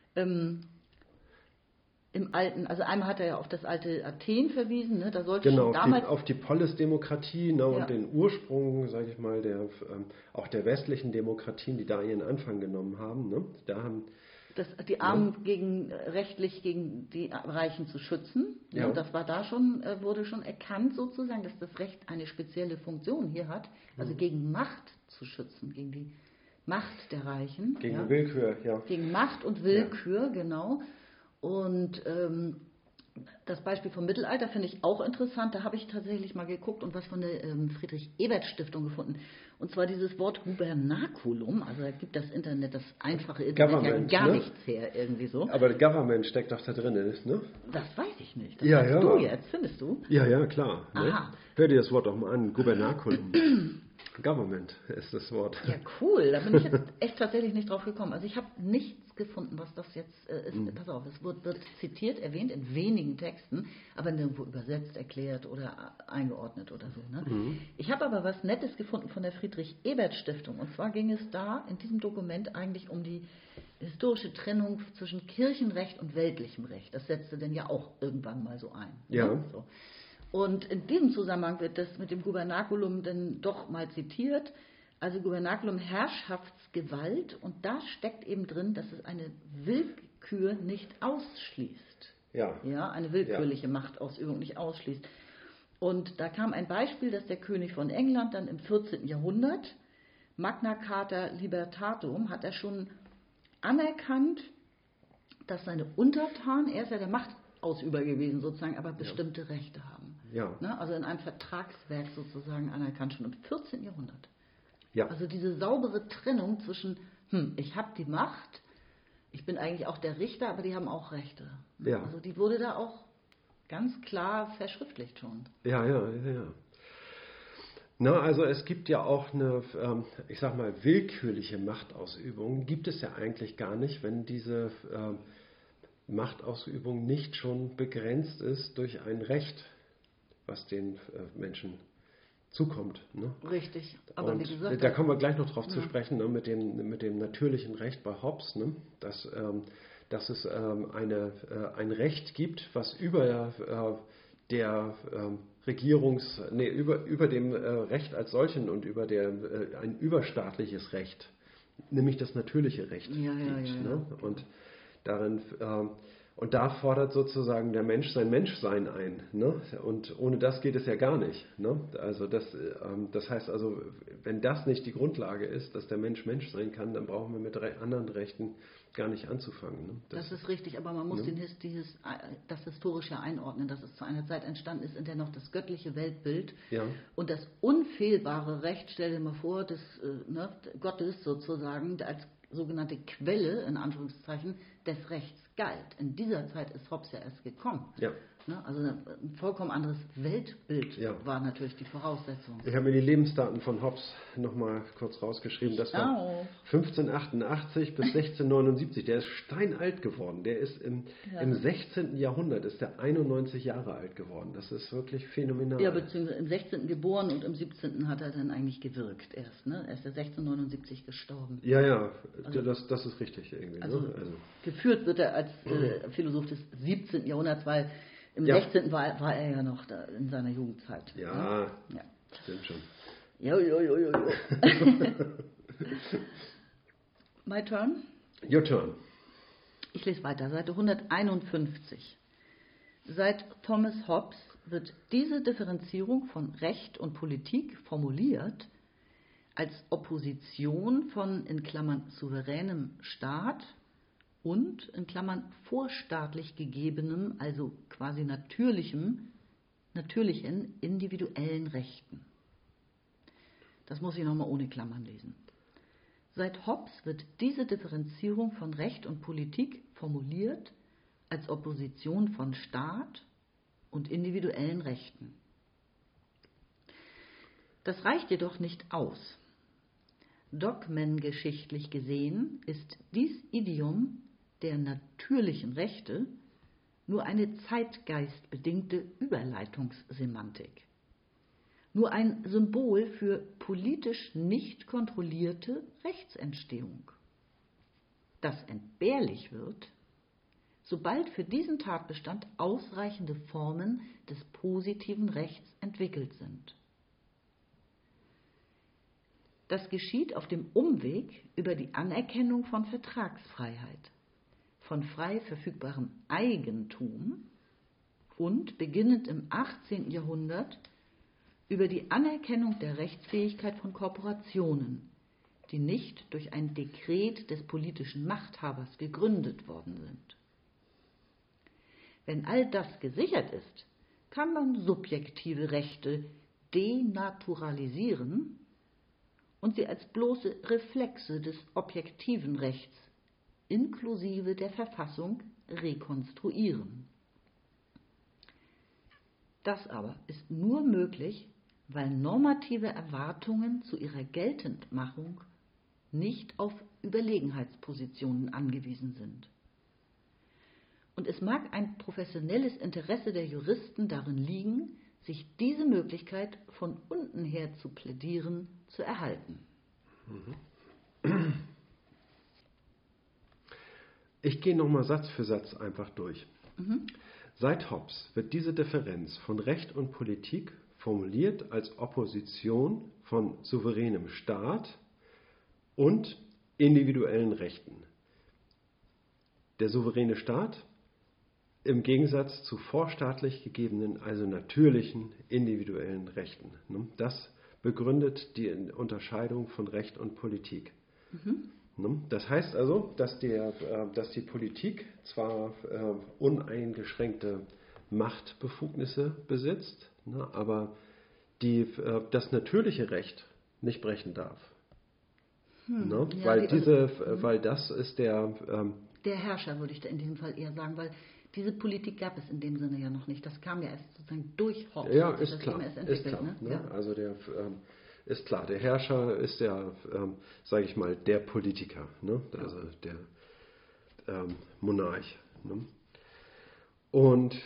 im alten, also einmal hat er ja auf das alte Athen verwiesen, ne? Da sollte schon damals auf die Polis-Demokratie, ne? Und den Ursprung, sage ich mal, auch der westlichen Demokratien, die da ihren Anfang genommen haben. Ne? Da haben die Armen rechtlich gegen die Reichen zu schützen. Ja. Und das war da schon, wurde schon erkannt sozusagen, dass das Recht eine spezielle Funktion hier hat, also gegen Macht zu schützen, gegen die Macht der Reichen. Gegen Willkür, ja. Gegen Macht und Willkür, genau. Und Das Beispiel vom Mittelalter finde ich auch interessant. Da habe ich tatsächlich mal geguckt und was von der Friedrich-Ebert-Stiftung gefunden. Und zwar dieses Wort Gubernaculum. Also da gibt das Internet, das einfache Internet ja gar nichts her irgendwie so. Aber Government steckt doch da drin, ne? Das weiß ich nicht. Das weißt du jetzt, findest du? Ja, klar. Ne? Hör dir das Wort doch mal an. Gubernaculum. Government ist das Wort. Ja, cool. Da bin ich jetzt echt tatsächlich nicht drauf gekommen. Also ich habe nichts gefunden, was das jetzt ist. Pass auf, es wird zitiert, erwähnt in wenigen Texten, aber nirgendwo übersetzt, erklärt oder eingeordnet oder so. Ne? Ich habe aber was Nettes gefunden von der Friedrich-Ebert-Stiftung. Und zwar ging es da in diesem Dokument eigentlich um die historische Trennung zwischen Kirchenrecht und weltlichem Recht. Das setzte denn ja auch irgendwann mal so ein. Ja. Ne? So. Und in diesem Zusammenhang wird das mit dem Gubernaculum dann doch mal zitiert. Also Gubernaculum Herrschaftsgewalt, und da steckt eben drin, dass es eine Willkür nicht ausschließt. Ja, eine willkürliche Machtausübung nicht ausschließt. Und da kam ein Beispiel, dass der König von England dann im 14. Jahrhundert, Magna Carta Libertatum, hat er schon anerkannt, dass seine Untertanen, er ist ja der Machtausüber gewesen sozusagen, aber bestimmte Rechte haben. Ja. Ne? Also in einem Vertragswerk sozusagen anerkannt, schon im 14. Jahrhundert. Ja. Also diese saubere Trennung zwischen, ich habe die Macht, ich bin eigentlich auch der Richter, aber die haben auch Rechte. Ja. Also die wurde da auch ganz klar verschriftlicht schon. Ja. Na, also es gibt ja auch eine, ich sag mal, willkürliche Machtausübung, gibt es ja eigentlich gar nicht, wenn diese Machtausübung nicht schon begrenzt ist durch ein Recht, was den Menschen zukommt. Ne? Richtig, aber und wie gesagt... Da kommen wir gleich noch drauf zu sprechen, ne, mit dem natürlichen Recht bei Hobbes, ne? Dass es ein Recht gibt, was über der über dem Recht als solchen und über ein überstaatliches Recht, nämlich das natürliche Recht gibt. Ne? Und darin... Und da fordert sozusagen der Mensch sein Menschsein ein. Ne? Und ohne das geht es ja gar nicht. Ne? Also das heißt also, wenn das nicht die Grundlage ist, dass der Mensch Mensch sein kann, dann brauchen wir mit anderen Rechten gar nicht anzufangen. Ne? Das ist richtig, aber man muss das Historische einordnen, dass es zu einer Zeit entstanden ist, in der noch das göttliche Weltbild und das unfehlbare Recht, stell dir mal vor, des Gottes sozusagen als sogenannte Quelle, in Anführungszeichen, des Rechts galt. In dieser Zeit ist Hobbes ja erst gekommen. Ja. Ne? Also ein vollkommen anderes Weltbild war natürlich die Voraussetzung. Ich habe mir die Lebensdaten von Hobbes nochmal kurz rausgeschrieben. Das war 1588 bis 1679. Der ist steinalt geworden. Der ist im 16. Jahrhundert ist der 91 Jahre alt geworden. Das ist wirklich phänomenal. Ja, beziehungsweise im 16. geboren und im 17. hat er dann eigentlich gewirkt erst. Ne? Er ist ja 1679 gestorben. Ja, also, das ist richtig irgendwie. Also, ne? geführt wird er als Philosoph des 17. Jahrhunderts, weil im 16. war er ja noch da in seiner Jugendzeit. Ja, stimmt schon. Jo. My turn? Your turn. Ich lese weiter, Seite 151. Seit Thomas Hobbes wird diese Differenzierung von Recht und Politik formuliert als Opposition von in Klammern souveränem Staat und in Klammern vorstaatlich gegebenem, also quasi natürlichen individuellen Rechten. Das muss ich nochmal ohne Klammern lesen. Seit Hobbes wird diese Differenzierung von Recht und Politik formuliert als Opposition von Staat und individuellen Rechten. Das reicht jedoch nicht aus. Dogmengeschichtlich gesehen ist dies Idiom der natürlichen Rechte nur eine zeitgeistbedingte Überleitungssemantik. Nur ein Symbol für politisch nicht kontrollierte Rechtsentstehung, das entbehrlich wird, sobald für diesen Tatbestand ausreichende Formen des positiven Rechts entwickelt sind. Das geschieht auf dem Umweg über die Anerkennung von Vertragsfreiheit, von frei verfügbarem Eigentum und, beginnend im 18. Jahrhundert, über die Anerkennung der Rechtsfähigkeit von Korporationen, die nicht durch ein Dekret des politischen Machthabers gegründet worden sind. Wenn all das gesichert ist, kann man subjektive Rechte denaturalisieren und sie als bloße Reflexe des objektiven Rechts inklusive der Verfassung rekonstruieren. Das aber ist nur möglich, weil normative Erwartungen zu ihrer Geltendmachung nicht auf Überlegenheitspositionen angewiesen sind. Und es mag ein professionelles Interesse der Juristen darin liegen, sich diese Möglichkeit von unten her zu plädieren, zu erhalten. Ich gehe nochmal Satz für Satz einfach durch. Seit Hobbes wird diese Differenz von Recht und Politik formuliert als Opposition von souveränem Staat und individuellen Rechten. Der souveräne Staat im Gegensatz zu vorstaatlich gegebenen, also natürlichen, individuellen Rechten. Das begründet die Unterscheidung von Recht und Politik. Das heißt also, dass die Politik zwar uneingeschränkte Machtbefugnisse besitzt, aber das natürliche Recht nicht brechen darf. Weil das ist der Herrscher, würde ich da in diesem Fall eher sagen, weil diese Politik gab es in dem Sinne ja noch nicht. Das kam ja erst sozusagen durch Hobbes. Ja, ist klar. Ja. Also ist klar, der Herrscher ist ja, sage ich mal, der Politiker, also der Monarch. Und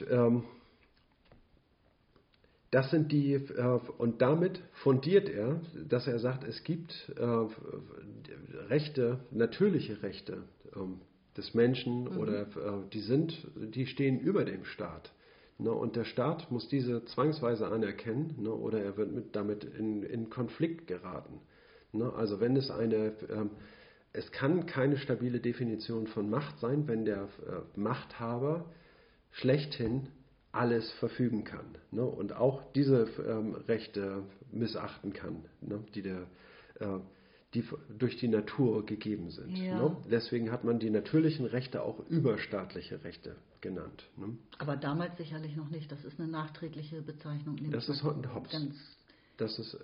das sind und damit fundiert er, dass er sagt, es gibt Rechte, natürliche Rechte des Menschen oder die stehen über dem Staat. Und der Staat muss diese zwangsweise anerkennen oder er wird damit in Konflikt geraten. Also wenn es kann keine stabile Definition von Macht sein, wenn der Machthaber schlechthin alles verfügen kann und auch diese Rechte missachten kann, die durch die Natur gegeben sind. Ja. Deswegen hat man die natürlichen Rechte auch überstaatliche Rechte genannt. Aber damals sicherlich noch nicht. Das ist eine nachträgliche Bezeichnung. Das ist Hobbes. Das ist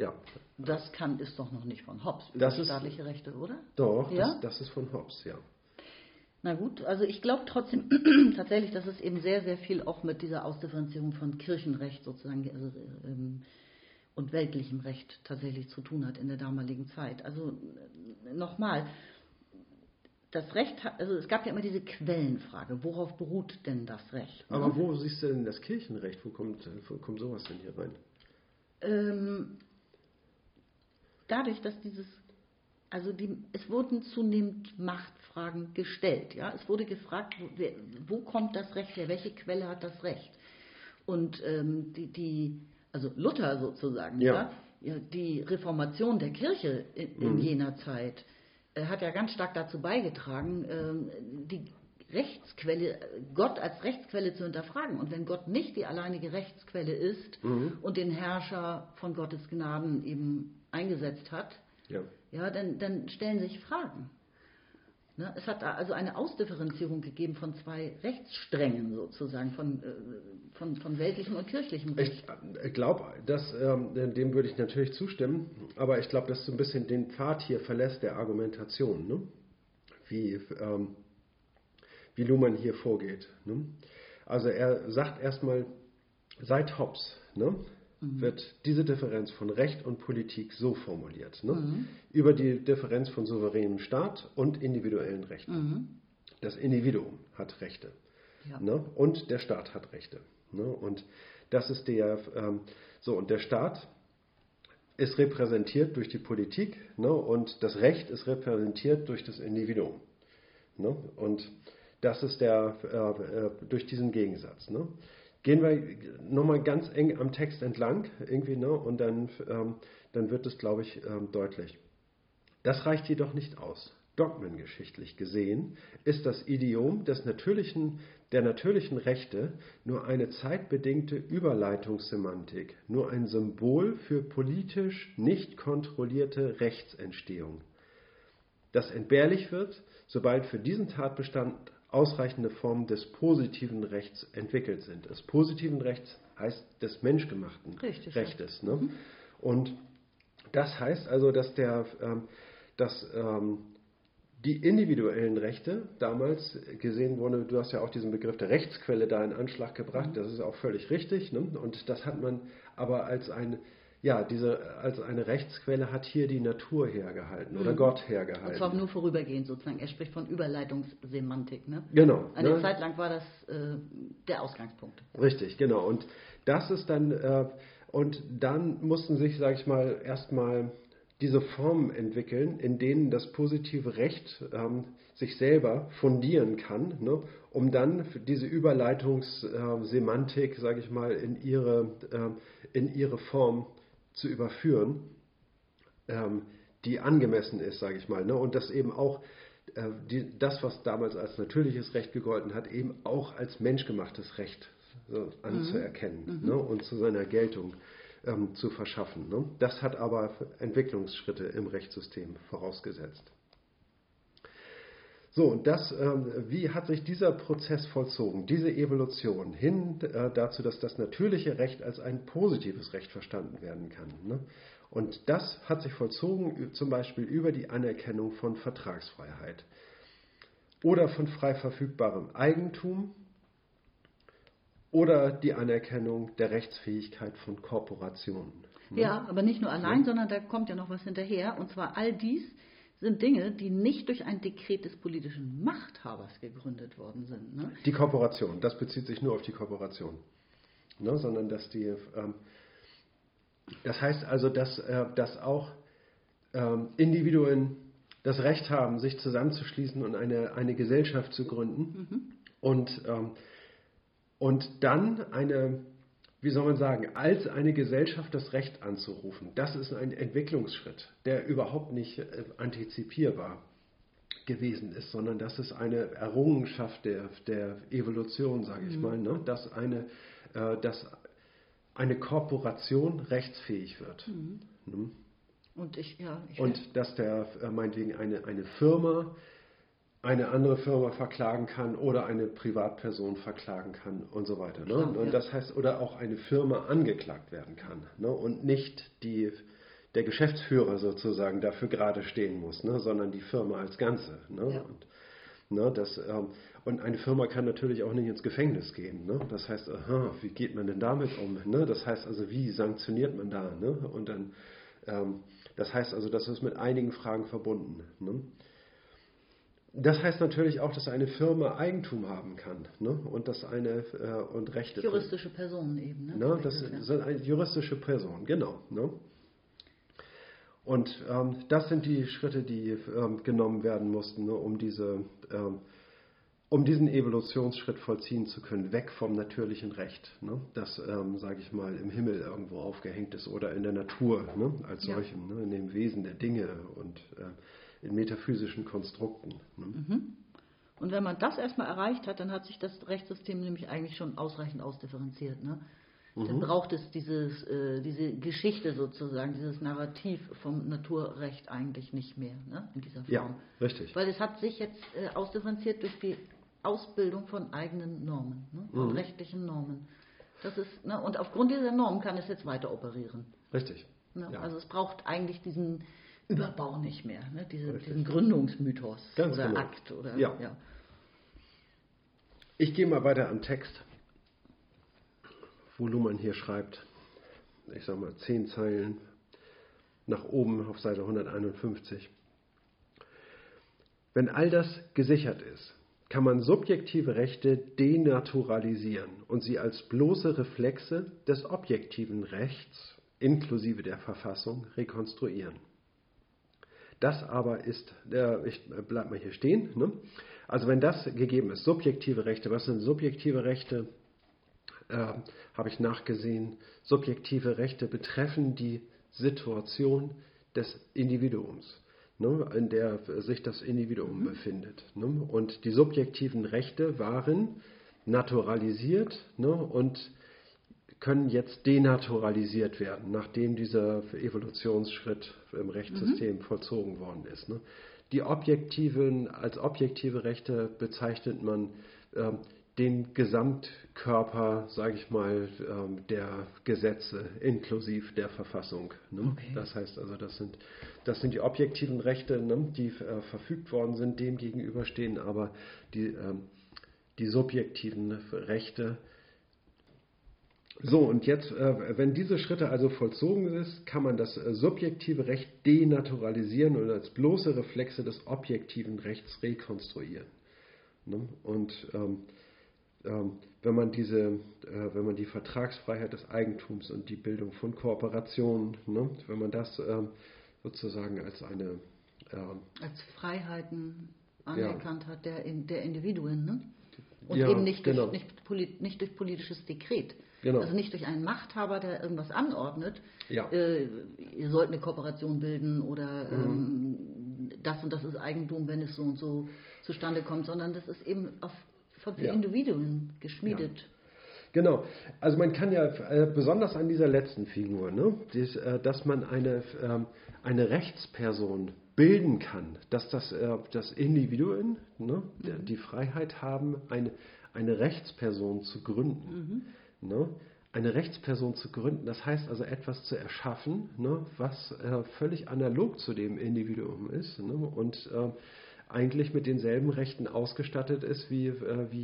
ist doch noch nicht von Hobbes. Überstaatliche Rechte, oder? Doch, ja? Das ist von Hobbes, ja. Na gut, also ich glaube trotzdem tatsächlich, dass es eben sehr, sehr viel auch mit dieser Ausdifferenzierung von Kirchenrecht sozusagen und weltlichem Recht tatsächlich zu tun hat in der damaligen Zeit. Also nochmal, das Recht, also es gab ja immer diese Quellenfrage, worauf beruht denn das Recht? Aber wo siehst du denn das Kirchenrecht? Wo kommt sowas denn hier rein? Dadurch, dass es wurden zunehmend Machtfragen gestellt. Ja? Es wurde gefragt, wo kommt das Recht her? Welche Quelle hat das Recht? Und also Luther sozusagen, die Reformation der Kirche in jener Zeit hat ja ganz stark dazu beigetragen, die Rechtsquelle, Gott als Rechtsquelle zu hinterfragen. Und wenn Gott nicht die alleinige Rechtsquelle ist und den Herrscher von Gottes Gnaden eben eingesetzt hat, dann stellen sich Fragen. Es hat also eine Ausdifferenzierung gegeben von zwei Rechtssträngen sozusagen, von weltlichem und kirchlichem Recht. Ich glaube, dem würde ich natürlich zustimmen, aber ich glaube, dass so ein bisschen den Pfad hier verlässt der Argumentation, wie Luhmann hier vorgeht. Also er sagt erstmal, seit Hobbes wird diese Differenz von Recht und Politik so formuliert. Über die Differenz von souveränem Staat und individuellen Rechten. Das Individuum hat Rechte. Und der Staat hat Rechte. Und das ist und der Staat ist repräsentiert durch die Politik und das Recht ist repräsentiert durch das Individuum. Und das ist durch diesen Gegensatz. Gehen wir nochmal ganz eng am Text entlang irgendwie, und dann wird es, glaube ich, deutlich. Das reicht jedoch nicht aus. Dogmengeschichtlich gesehen ist das Idiom der natürlichen Rechte nur eine zeitbedingte Überleitungssemantik, nur ein Symbol für politisch nicht kontrollierte Rechtsentstehung, das entbehrlich wird, sobald für diesen Tatbestand ausreichende Formen des positiven Rechts entwickelt sind. Des positiven Rechts heißt des menschgemachten Rechtes. Ne? Und das heißt also, dass die individuellen Rechte damals gesehen wurden, du hast ja auch diesen Begriff der Rechtsquelle da in Anschlag gebracht, das ist auch völlig richtig. Ne? Und das hat man aber als eine Rechtsquelle hat hier die Natur hergehalten oder Gott hergehalten. Und zwar nur vorübergehend sozusagen. Er spricht von Überleitungssemantik. Ne? Genau. Eine Zeit lang war das der Ausgangspunkt. Richtig, genau. Und das ist dann, und dann mussten sich, sage ich mal, erstmal diese Formen entwickeln, in denen das positive Recht sich selber fundieren kann, ne, um dann diese Überleitungssemantik, sage ich mal, in ihre Form zu überführen, die angemessen ist, sage ich mal. Ne, und das eben auch das, was damals als natürliches Recht gegolten hat, eben auch als menschgemachtes Recht anzuerkennen ne, und zu seiner Geltung zu verschaffen. Ne? Das hat aber Entwicklungsschritte im Rechtssystem vorausgesetzt. So, und wie hat sich dieser Prozess vollzogen, diese Evolution hin dazu, dass das natürliche Recht als ein positives Recht verstanden werden kann. Ne? Und das hat sich vollzogen zum Beispiel über die Anerkennung von Vertragsfreiheit oder von frei verfügbarem Eigentum, oder die Anerkennung der Rechtsfähigkeit von Korporationen. Ja, aber nicht nur allein, sondern da kommt ja noch was hinterher. Und zwar all dies sind Dinge, die nicht durch ein Dekret des politischen Machthabers gegründet worden sind. Ne? Die Korporation, das bezieht sich nur auf die Korporation. Ne? Sondern dass das heißt also, dass auch Individuen das Recht haben, sich zusammenzuschließen und eine Gesellschaft zu gründen und dann als eine Gesellschaft das Recht anzurufen. Das ist ein Entwicklungsschritt, der überhaupt nicht antizipierbar gewesen ist, sondern das ist eine Errungenschaft der Evolution, sage ich mal, ne? Dass eine Korporation rechtsfähig wird. Ne? Und dass meinetwegen eine Firma eine andere Firma verklagen kann oder eine Privatperson verklagen kann und so weiter. Ne? Klar, und das heißt, oder auch eine Firma angeklagt werden kann. Ne? Und nicht der Geschäftsführer sozusagen dafür gerade stehen muss, ne? Sondern die Firma als Ganze. Ne? Ja. Und eine Firma kann natürlich auch nicht ins Gefängnis gehen. Ne? Das heißt, wie geht man denn damit um? Ne? Das heißt also, wie sanktioniert man da? Ne? Und dann, das heißt also, das ist mit einigen Fragen verbunden. Ne? Das heißt natürlich auch, dass eine Firma Eigentum haben kann, ne? Und und Rechte. Juristische Personen eben. Ne? Das sind eine juristische Person, genau. Ne? Und das sind die Schritte, die genommen werden mussten, ne? Um diesen Evolutionsschritt vollziehen zu können, weg vom natürlichen Recht, ne? Das, sage ich mal, im Himmel irgendwo aufgehängt ist oder in der Natur, ne? Als solchem, ne? In dem Wesen der Dinge und in metaphysischen Konstrukten. Ne? Und wenn man das erstmal erreicht hat, dann hat sich das Rechtssystem nämlich eigentlich schon ausreichend ausdifferenziert. Ne? Dann braucht es diese Geschichte sozusagen, dieses Narrativ vom Naturrecht eigentlich nicht mehr, ne? In dieser Form. Ja, richtig. Weil es hat sich jetzt ausdifferenziert durch die Ausbildung von eigenen Normen, ne? Von rechtlichen Normen. Das ist, ne? Und aufgrund dieser Normen kann es jetzt weiter operieren. Richtig. Ne? Ja. Also es braucht eigentlich diesen Überbau nicht mehr, ne? Diesen Gründungsmythos. Ganz oder genau. Akt. Oder, ja. Ich gehe mal weiter am Text, wo Luhmann hier schreibt, ich sage mal 10 Zeilen nach oben auf Seite 151. Wenn all das gesichert ist, kann man subjektive Rechte denaturalisieren und sie als bloße Reflexe des objektiven Rechts inklusive der Verfassung rekonstruieren. Das aber ist, ich bleibe mal hier stehen, ne? Also wenn das gegeben ist, subjektive Rechte, was sind subjektive Rechte? Habe ich nachgesehen, subjektive Rechte betreffen die Situation des Individuums, ne, in der sich das Individuum befindet. Ne? Und die subjektiven Rechte waren naturalisiert, ne, und können jetzt denaturalisiert werden, nachdem dieser Evolutionsschritt im Rechtssystem vollzogen worden ist. Ne? Als objektive Rechte bezeichnet man den Gesamtkörper, sage ich mal, der Gesetze inklusive der Verfassung. Ne? Okay. Das heißt also, das sind die objektiven Rechte, ne, die verfügt worden sind, dem gegenüberstehen, aber die subjektiven Rechte. So, und jetzt, wenn diese Schritte also vollzogen ist, kann man das subjektive Recht denaturalisieren und als bloße Reflexe des objektiven Rechts rekonstruieren. Ne? Und wenn man die Vertragsfreiheit des Eigentums und die Bildung von Kooperationen, ne, wenn man das sozusagen als Freiheiten anerkannt hat der Individuen, ne? Und ja, eben nicht genau. nicht durch politisches Dekret. Genau. Also nicht durch einen Machthaber, der irgendwas anordnet, ja. Ihr sollt eine Kooperation bilden oder das und das ist Eigentum, wenn es so und so zustande kommt, sondern das ist eben von Individuen geschmiedet. Ja. Genau, also man kann ja besonders an dieser letzten Figur, ne, dass man eine Rechtsperson bilden kann, dass das Individuen, ne, die Freiheit haben, eine Rechtsperson zu gründen. Ne? Eine Rechtsperson zu gründen, das heißt also etwas zu erschaffen, ne, was völlig analog zu dem Individuum ist, ne, und eigentlich mit denselben Rechten ausgestattet ist wie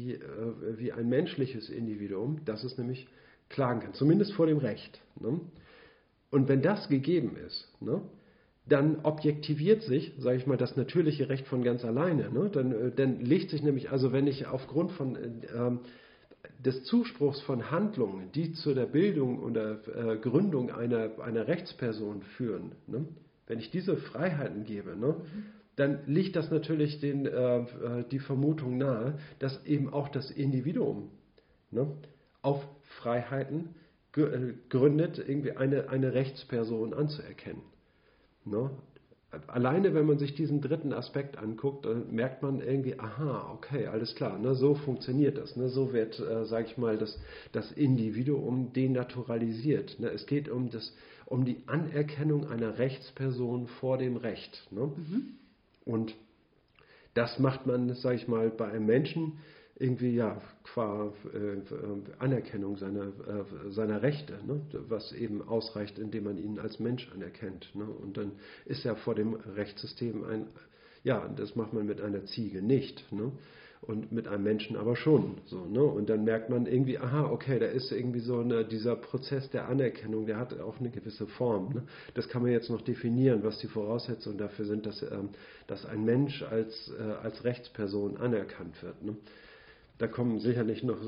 ein menschliches Individuum, das es nämlich klagen kann, zumindest vor dem Recht. Ne? Und wenn das gegeben ist, ne, dann objektiviert sich, sage ich mal, das natürliche Recht von ganz alleine. Ne? Dann legt sich nämlich, also wenn ich aufgrund von des Zuspruchs von Handlungen, die zu der Bildung oder Gründung einer Rechtsperson führen, ne? Wenn ich diese Freiheiten gebe, ne? Dann liegt das natürlich die Vermutung nahe, dass eben auch das Individuum, ne, auf Freiheiten gründet, irgendwie eine Rechtsperson anzuerkennen. Ne? Alleine, wenn man sich diesen dritten Aspekt anguckt, dann merkt man irgendwie, aha, okay, alles klar, ne, so funktioniert das. Ne, so wird, sage ich mal, das Individuum denaturalisiert. Ne? Es geht um die Anerkennung einer Rechtsperson vor dem Recht. Ne? Und das macht man, sage ich mal, bei einem Menschen irgendwie qua Anerkennung seiner Rechte, ne? Was eben ausreicht, indem man ihn als Mensch anerkennt. Ne? Und dann ist er vor dem Rechtssystem das macht man mit einer Ziege nicht. Ne? Und mit einem Menschen aber schon. So, ne? Und dann merkt man irgendwie, aha, okay, da ist irgendwie so dieser Prozess der Anerkennung, der hat auch eine gewisse Form. Ne? Das kann man jetzt noch definieren, was die Voraussetzungen dafür sind, dass ein Mensch als Rechtsperson anerkannt wird. Ne? Da kommen sicherlich noch,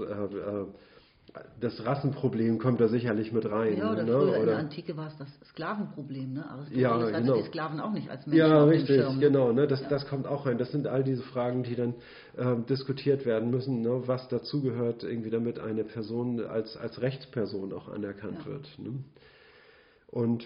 das Rassenproblem kommt da sicherlich mit rein. Ja, oder ne? früher in der Antike war es das Sklavenproblem. Ne? Aristoteles hatte die Sklaven auch nicht als Menschen ja, auf richtig, dem Schirm. Genau. Ne? Das kommt auch rein. Das sind all diese Fragen, die dann diskutiert werden müssen, ne? Was dazugehört, irgendwie damit eine Person als Rechtsperson auch anerkannt wird. Ne? Und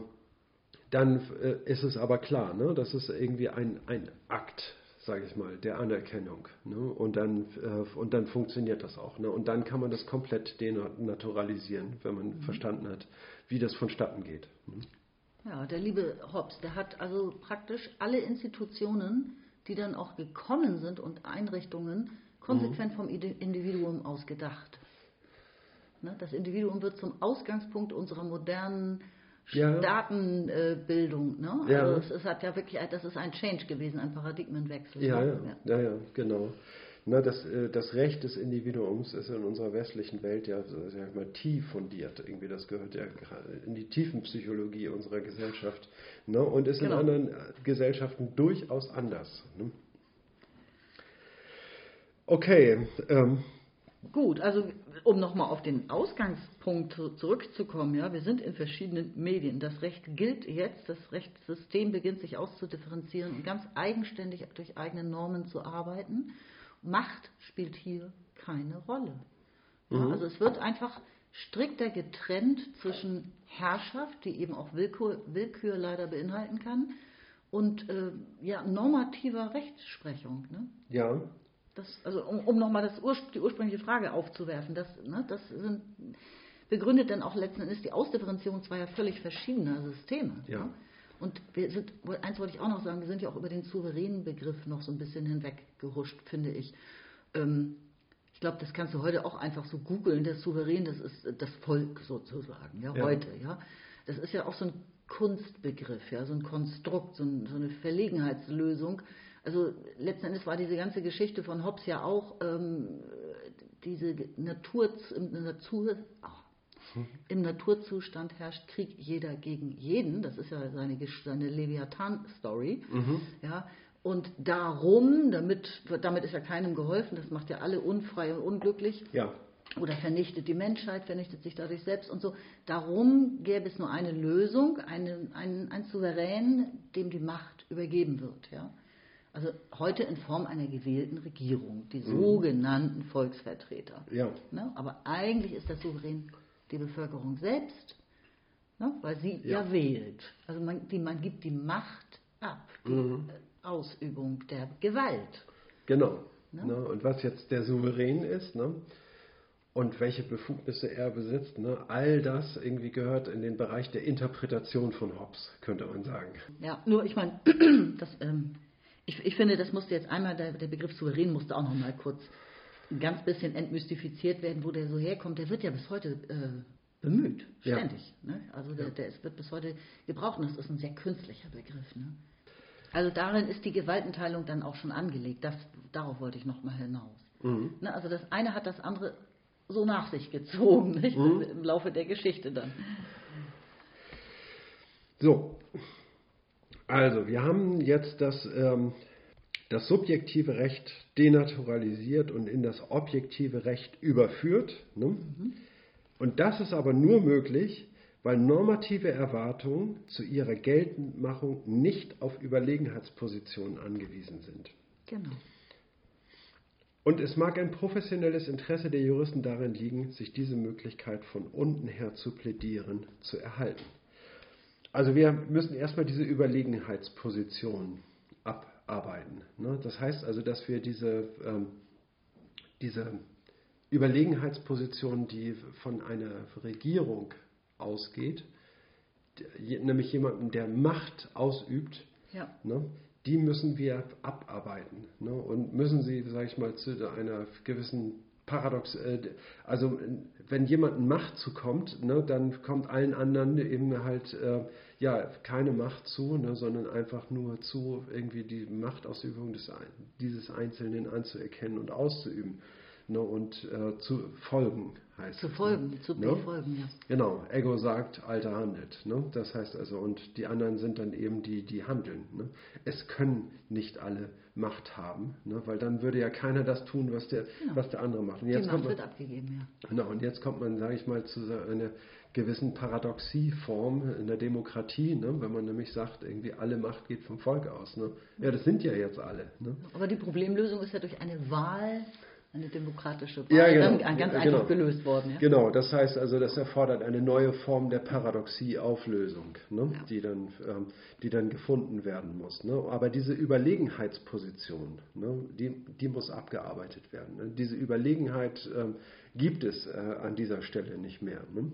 dann ist es aber klar, ne? Das ist irgendwie ein Akt, sage ich mal, der Anerkennung. Ne? Und dann funktioniert das auch. Ne? Und dann kann man das komplett denaturalisieren, wenn man verstanden hat, wie das vonstatten geht. Ne? Ja, der liebe Hobbes, der hat also praktisch alle Institutionen, die dann auch gekommen sind und Einrichtungen, konsequent vom Individuum aus gedacht. Ne? Das Individuum wird zum Ausgangspunkt unserer modernen Staatenbildung. Ne? Ja. Also es hat ja wirklich, das ist ein Change gewesen, ein Paradigmenwechsel. Ja, ne? ja, genau. Na, das Recht des Individuums ist in unserer westlichen Welt ja tief fundiert. Irgendwie, das gehört ja gerade in die Tiefenpsychologie unserer Gesellschaft. Ne? Und ist in anderen Gesellschaften durchaus anders. Ne? Okay. Gut, also um nochmal auf den Ausgangspunkt zurückzukommen, ja, wir sind in verschiedenen Medien. Das Recht gilt jetzt, das Rechtssystem beginnt sich auszudifferenzieren und ganz eigenständig durch eigene Normen zu arbeiten. Macht spielt hier keine Rolle. Ja, also es wird einfach strikter getrennt zwischen Herrschaft, die eben auch Willkür leider beinhalten kann, und normativer Rechtsprechung. Ne? Ja. Also um nochmal die ursprüngliche Frage aufzuwerfen, begründet dann auch letzten Endes die Ausdifferenzierung zweier völlig verschiedener Systeme. Ja. Ne? Und eins wollte ich auch noch sagen, wir sind ja auch über den souveränen Begriff noch so ein bisschen hinweggehuscht, finde ich. Ich glaube, das kannst du heute auch einfach so googeln. Der Souverän, das ist das Volk sozusagen, ja, heute. Ja. Das ist ja auch so ein Kunstbegriff, ja, so ein Konstrukt, so eine Verlegenheitslösung. Also letzten Endes war diese ganze Geschichte von Hobbes ja auch diese im Naturzustand herrscht Krieg jeder gegen jeden. Das ist ja seine Leviathan-Story. Ja. Und damit ist ja keinem geholfen, das macht ja alle unfrei und unglücklich. Ja. Oder vernichtet die Menschheit, vernichtet sich dadurch selbst und so. Darum gäbe es nur eine Lösung, einen Souverän, dem die Macht übergeben wird. Ja? Also heute in Form einer gewählten Regierung, die sogenannten Volksvertreter. Ja. Ne? Aber eigentlich ist der Souverän die Bevölkerung selbst, ne? Weil sie ja wählt. Also man gibt die Macht ab, die Ausübung der Gewalt. Genau. Ne? Ne? Und was jetzt der Souverän ist, ne? Und welche Befugnisse er besitzt, ne? All das irgendwie gehört in den Bereich der Interpretation von Hobbes, könnte man sagen. Ja, nur ich meine, ich finde, das musste jetzt einmal, der Begriff Souverän musste auch noch mal kurz ein ganz bisschen entmystifiziert werden, wo der so herkommt. Der wird ja bis heute bemüht, ständig. Ja. Ne? Also wird bis heute gebraucht und das ist ein sehr künstlicher Begriff. Ne? Also darin ist die Gewaltenteilung dann auch schon angelegt. Darauf wollte ich noch mal hinaus. Ne? Also das eine hat das andere so nach sich gezogen, nicht? Im Laufe der Geschichte dann. So, also wir haben jetzt das subjektive Recht denaturalisiert und in das objektive Recht überführt. Ne? Und das ist aber nur möglich, weil normative Erwartungen zu ihrer Geltendmachung nicht auf Überlegenheitspositionen angewiesen sind. Genau. Und es mag ein professionelles Interesse der Juristen darin liegen, sich diese Möglichkeit von unten her zu plädieren, zu erhalten. Also wir müssen erstmal diese Überlegenheitsposition abarbeiten. Ne? Das heißt also, dass wir diese Überlegenheitsposition, die von einer Regierung ausgeht, nämlich jemandem, der Macht ausübt, ne? Die müssen wir abarbeiten, ne? Und müssen sie, sage ich mal, zu einer gewissen Paradox, also wenn jemandem Macht zukommt, ne, dann kommt allen anderen eben halt keine Macht zu, ne, sondern einfach nur zu, irgendwie die Machtausübung dieses Einzelnen anzuerkennen und auszuüben. Ne, und zu folgen heißt es. Zu folgen, ne? zu befolgen, ja. Genau, Ego sagt, Alter handelt. Ne? Das heißt also, und die anderen sind dann eben die handeln. Ne? Es können nicht alle Macht haben, ne? Weil dann würde ja keiner das tun, was der andere macht. Und jetzt die Macht wird abgegeben, ja. Genau, und jetzt kommt man, sage ich mal, zu einer gewissen Paradoxieform in der Demokratie, ne? Wenn man nämlich sagt, irgendwie alle Macht geht vom Volk aus. Ne? Ja, das sind ja jetzt alle. Ne? Aber die Problemlösung ist ja durch eine Wahl, eine demokratische Wahl, ganz einfach gelöst worden. Ja? Genau, das heißt also, das erfordert eine neue Form der Paradoxieauflösung, ne? Die dann gefunden werden muss. Ne? Aber diese Überlegenheitsposition, ne? die muss abgearbeitet werden. Ne? Diese Überlegenheit gibt es an dieser Stelle nicht mehr. Ne?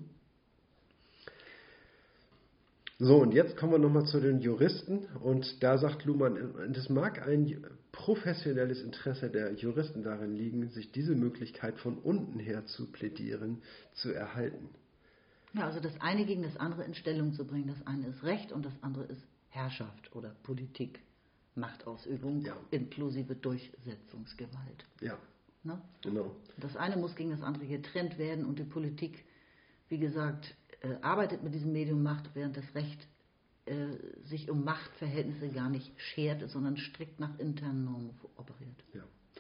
So, und jetzt kommen wir nochmal zu den Juristen und da sagt Luhmann, es mag ein professionelles Interesse der Juristen darin liegen, sich diese Möglichkeit von unten her zu plädieren, zu erhalten. Ja, also das eine gegen das andere in Stellung zu bringen. Das eine ist Recht und das andere ist Herrschaft oder Politik, Machtausübung inklusive Durchsetzungsgewalt. Ja, ne? Genau. Das eine muss gegen das andere getrennt werden und die Politik, wie gesagt, arbeitet mit diesem Medium Macht, während das Recht sich um Machtverhältnisse gar nicht schert, sondern strikt nach internen Normen operiert. Ja.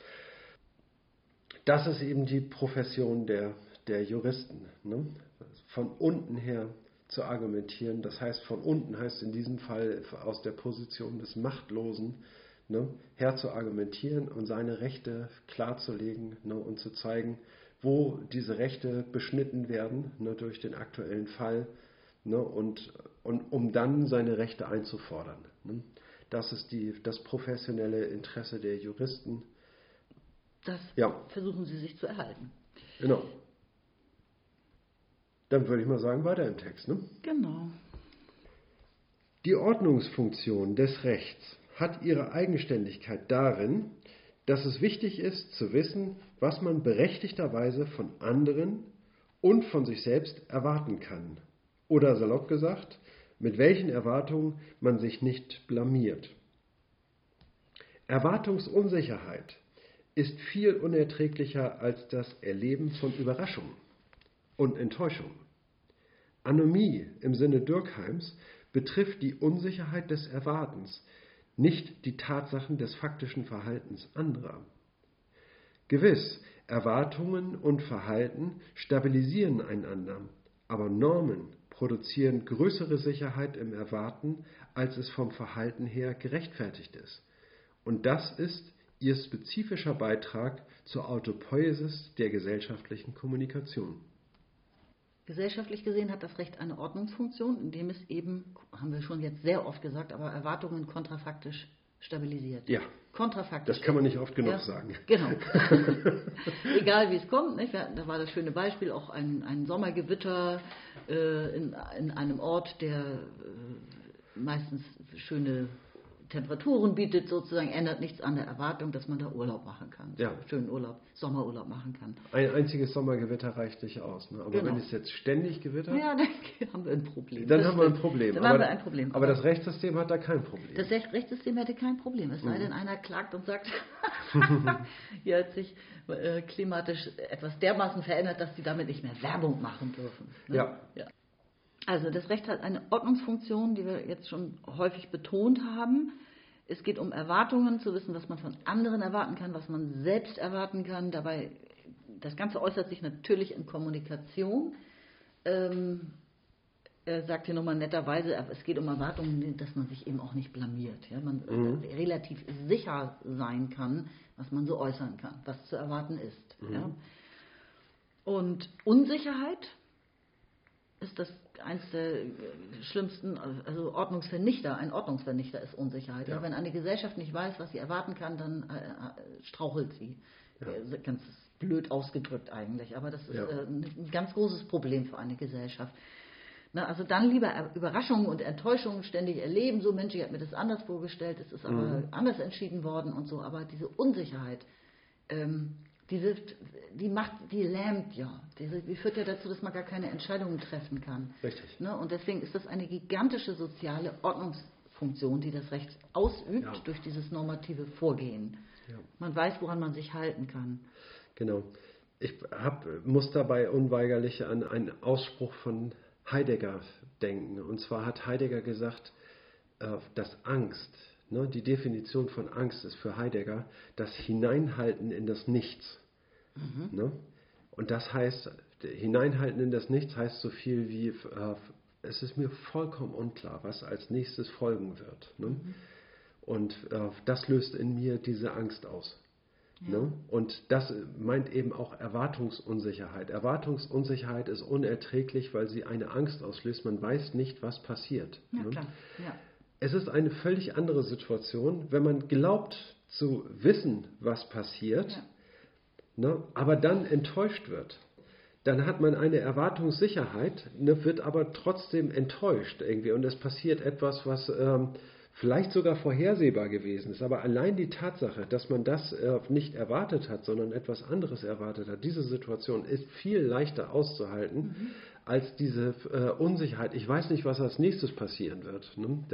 Das ist eben die Profession der Juristen, ne? Von unten her zu argumentieren. Das heißt, von unten heißt in diesem Fall aus der Position des Machtlosen, ne, her zu argumentieren und seine Rechte klarzulegen, ne, und zu zeigen, wo diese Rechte beschnitten werden, ne, durch den aktuellen Fall, ne, und um dann seine Rechte einzufordern. Ne. Das ist das professionelle Interesse der Juristen. Das versuchen sie sich zu erhalten. Genau. Dann würde ich mal sagen, weiter im Text. Ne? Genau. Die Ordnungsfunktion des Rechts hat ihre Eigenständigkeit darin, dass es wichtig ist zu wissen, was man berechtigterweise von anderen und von sich selbst erwarten kann. Oder salopp gesagt, mit welchen Erwartungen man sich nicht blamiert. Erwartungsunsicherheit ist viel unerträglicher als das Erleben von Überraschungen und Enttäuschungen. Anomie im Sinne Durkheims betrifft die Unsicherheit des Erwartens, nicht die Tatsachen des faktischen Verhaltens anderer. Gewiss, Erwartungen und Verhalten stabilisieren einander, aber Normen produzieren größere Sicherheit im Erwarten, als es vom Verhalten her gerechtfertigt ist. Und das ist ihr spezifischer Beitrag zur Autopoiesis der gesellschaftlichen Kommunikation. Gesellschaftlich gesehen hat das Recht eine Ordnungsfunktion, indem es eben, haben wir schon jetzt sehr oft gesagt, aber Erwartungen kontrafaktisch stabilisiert. Ja, kontrafaktisch. Das kann man nicht oft genug sagen. Genau. Egal wie es kommt, nicht? Da war das schöne Beispiel, auch ein Sommergewitter in einem Ort, der meistens schöne Temperaturen bietet, sozusagen, ändert nichts an der Erwartung, dass man da Urlaub machen kann. Ja. Schönen Urlaub, Sommerurlaub machen kann. Ein einziges Sommergewitter reicht nicht aus. Ne? Aber Genau. wenn es jetzt ständig gewittert, ja, dann haben wir ein Problem. Dann haben wir ein Problem. Aber das Rechtssystem hat da kein Problem. Das Rechtssystem hätte kein Problem. Es sei denn, einer klagt und sagt, hier hat sich klimatisch etwas dermaßen verändert, dass sie damit nicht mehr Werbung machen dürfen. Ne? Ja. Also das Recht hat eine Ordnungsfunktion, die wir jetzt schon häufig betont haben. Es geht um Erwartungen, zu wissen, was man von anderen erwarten kann, was man selbst erwarten kann. Dabei, das Ganze äußert sich natürlich in Kommunikation. Er sagt hier nochmal netterweise, es geht um Erwartungen, dass man sich eben auch nicht blamiert. Ja? Man relativ sicher sein kann, was man so äußern kann, was zu erwarten ist. Ja? Und Unsicherheit ist das eins der schlimmsten, also Ordnungsvernichter. Ein Ordnungsvernichter ist Unsicherheit. Ja. Wenn eine Gesellschaft nicht weiß, was sie erwarten kann, dann strauchelt sie. Ja. Ganz blöd ausgedrückt eigentlich, aber das ist ein ganz großes Problem für eine Gesellschaft. Na, also dann lieber Überraschungen und Enttäuschungen ständig erleben. So, Mensch, ich habe mir das anders vorgestellt, es ist aber anders entschieden worden und so. Aber diese Unsicherheit, die lähmt ja. Die führt ja dazu, dass man gar keine Entscheidungen treffen kann. Richtig. Ne? Und deswegen ist das eine gigantische soziale Ordnungsfunktion, die das Recht ausübt durch dieses normative Vorgehen. Ja. Man weiß, woran man sich halten kann. Genau. Ich muss dabei unweigerlich an einen Ausspruch von Heidegger denken. Und zwar hat Heidegger gesagt, dass Angst, die Definition von Angst ist für Heidegger das Hineinhalten in das Nichts. Und das heißt, Hineinhalten in das Nichts heißt so viel wie, es ist mir vollkommen unklar, was als nächstes folgen wird. Und das löst in mir diese Angst aus. Ja. Und das meint eben auch Erwartungsunsicherheit. Erwartungsunsicherheit ist unerträglich, weil sie eine Angst auslöst. Man weiß nicht, was passiert. Ja, klar. Ja. Es ist eine völlig andere Situation, wenn man glaubt zu wissen, was passiert, aber dann enttäuscht wird. Dann hat man eine Erwartungssicherheit, wird aber trotzdem enttäuscht irgendwie. Und es passiert etwas, was vielleicht sogar vorhersehbar gewesen ist. Aber allein die Tatsache, dass man das nicht erwartet hat, sondern etwas anderes erwartet hat, diese Situation ist viel leichter auszuhalten als diese Unsicherheit. Ich weiß nicht, was als nächstes passieren wird.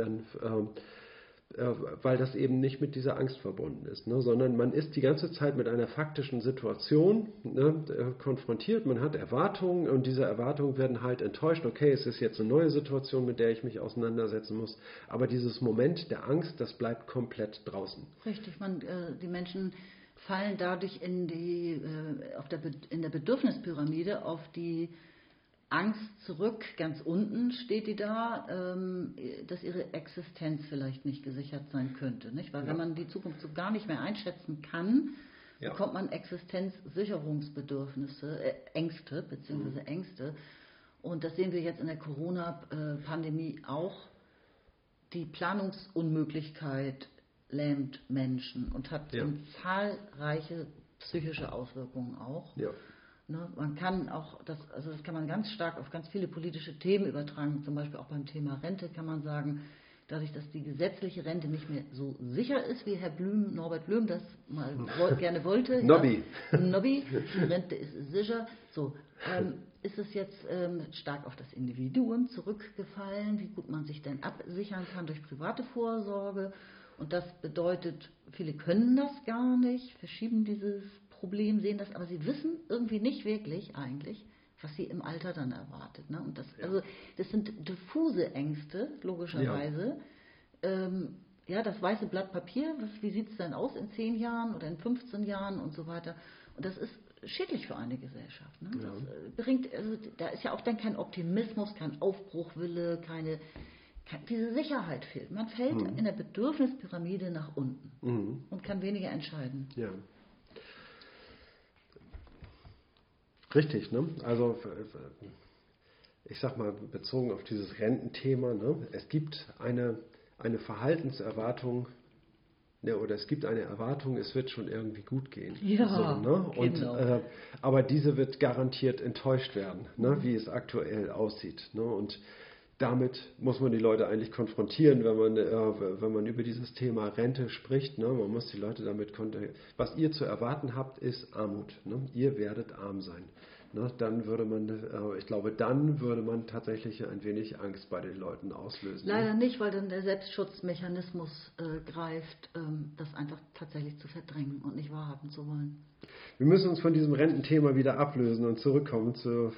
Weil das eben nicht mit dieser Angst verbunden ist, sondern man ist die ganze Zeit mit einer faktischen Situation konfrontiert, man hat Erwartungen und diese Erwartungen werden halt enttäuscht. Okay, es ist jetzt eine neue Situation, mit der ich mich auseinandersetzen muss, aber dieses Moment der Angst, das bleibt komplett draußen. Richtig, die Menschen fallen dadurch in der Bedürfnispyramide auf die Angst zurück, ganz unten steht die da, dass ihre Existenz vielleicht nicht gesichert sein könnte. Nicht? Weil wenn man die Zukunft so gar nicht mehr einschätzen kann, bekommt man Existenzsicherungsbedürfnisse, Ängste, beziehungsweise Ängste. Und das sehen wir jetzt in der Corona-Pandemie auch. Die Planungsunmöglichkeit lähmt Menschen und hat zahlreiche psychische Auswirkungen auch. Ja. Ne? Man kann auch, das kann man ganz stark auf ganz viele politische Themen übertragen, zum Beispiel auch beim Thema Rente kann man sagen, dadurch, dass die gesetzliche Rente nicht mehr so sicher ist, wie Herr Norbert Blüm das mal gerne wollte. Nobby. Ja, Nobby, die Rente ist sicher. So, ist es jetzt stark auf das Individuum zurückgefallen, wie gut man sich denn absichern kann durch private Vorsorge. Und das bedeutet, viele können das gar nicht, verschieben dieses Problem, sehen das, aber sie wissen irgendwie nicht wirklich eigentlich, was sie im Alter dann erwartet. Ne? Und das sind diffuse Ängste, logischerweise. Ja. Das weiße Blatt Papier, wie sieht es denn aus in 10 Jahren oder in 15 Jahren und so weiter. Und das ist schädlich für eine Gesellschaft. Ne? Ja. Das bringt, da ist ja auch dann kein Optimismus, kein Aufbruchwille, diese Sicherheit fehlt. Man fällt in der Bedürfnispyramide nach unten und kann weniger entscheiden. Ja. Richtig, ne? Also ich sag mal, bezogen auf dieses Rententhema, ne? Es gibt eine Verhaltenserwartung, ne, oder es gibt eine Erwartung, es wird schon irgendwie gut gehen. Ja, so, ne? Und, genau. aber diese wird garantiert enttäuscht werden, ne? Wie es aktuell aussieht. Ne? Und damit muss man die Leute eigentlich konfrontieren, wenn man über dieses Thema Rente spricht. Ne? Man muss die Leute damit konfrontieren. Was ihr zu erwarten habt, ist Armut. Ne? Ihr werdet arm sein. Ne? Dann würde man tatsächlich ein wenig Angst bei den Leuten auslösen. Leider nicht, weil dann der Selbstschutzmechanismus greift, das einfach tatsächlich zu verdrängen und nicht wahrhaben zu wollen. Wir müssen uns von diesem Rententhema wieder ablösen und zurückkommen zu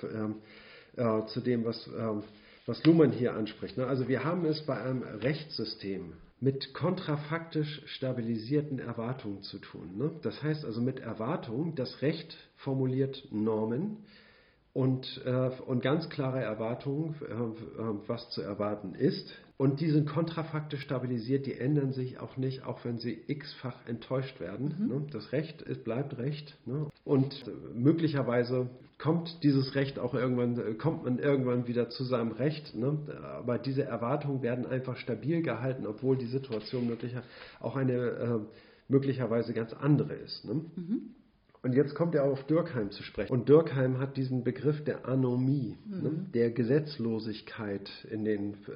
dem, was Luhmann hier anspricht. Also wir haben es bei einem Rechtssystem mit kontrafaktisch stabilisierten Erwartungen zu tun. Das heißt also mit Erwartungen, das Recht formuliert Normen und ganz klare Erwartungen, was zu erwarten ist. Und die sind kontrafaktisch stabilisiert, die ändern sich auch nicht, auch wenn sie x-fach enttäuscht werden. Das Recht bleibt Recht. Und möglicherweise kommt man irgendwann wieder zu seinem Recht. Aber diese Erwartungen werden einfach stabil gehalten, obwohl die Situation möglicherweise ganz andere ist. Und jetzt kommt er auf Durkheim zu sprechen. Und Durkheim hat diesen Begriff der Anomie, der Gesetzlosigkeit in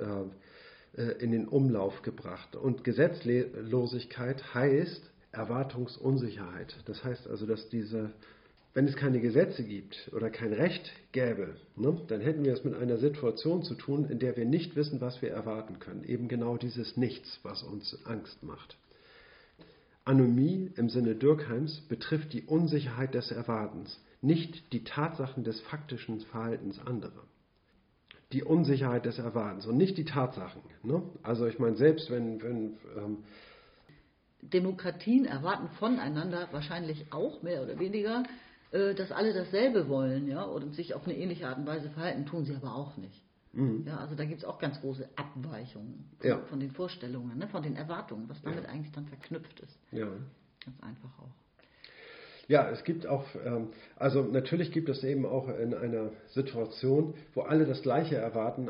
den Umlauf gebracht. Und Gesetzlosigkeit heißt Erwartungsunsicherheit. Das heißt also, dass wenn es keine Gesetze gibt oder kein Recht gäbe, dann hätten wir es mit einer Situation zu tun, in der wir nicht wissen, was wir erwarten können. Eben genau dieses Nichts, was uns Angst macht. Anomie im Sinne Durkheims betrifft die Unsicherheit des Erwartens, nicht die Tatsachen des faktischen Verhaltens anderer. Die Unsicherheit des Erwartens und nicht die Tatsachen. Also ich meine, selbst wenn Demokratien erwarten voneinander wahrscheinlich auch mehr oder weniger, dass alle dasselbe wollen, ja, und sich auf eine ähnliche Art und Weise verhalten, tun sie aber auch nicht. Ja, also da gibt es auch ganz große Abweichungen von den Vorstellungen, von den Erwartungen, was damit eigentlich dann verknüpft ist. Ja. Ganz einfach auch. Ja, es gibt auch, also natürlich gibt es eben auch in einer Situation, wo alle das Gleiche erwarten,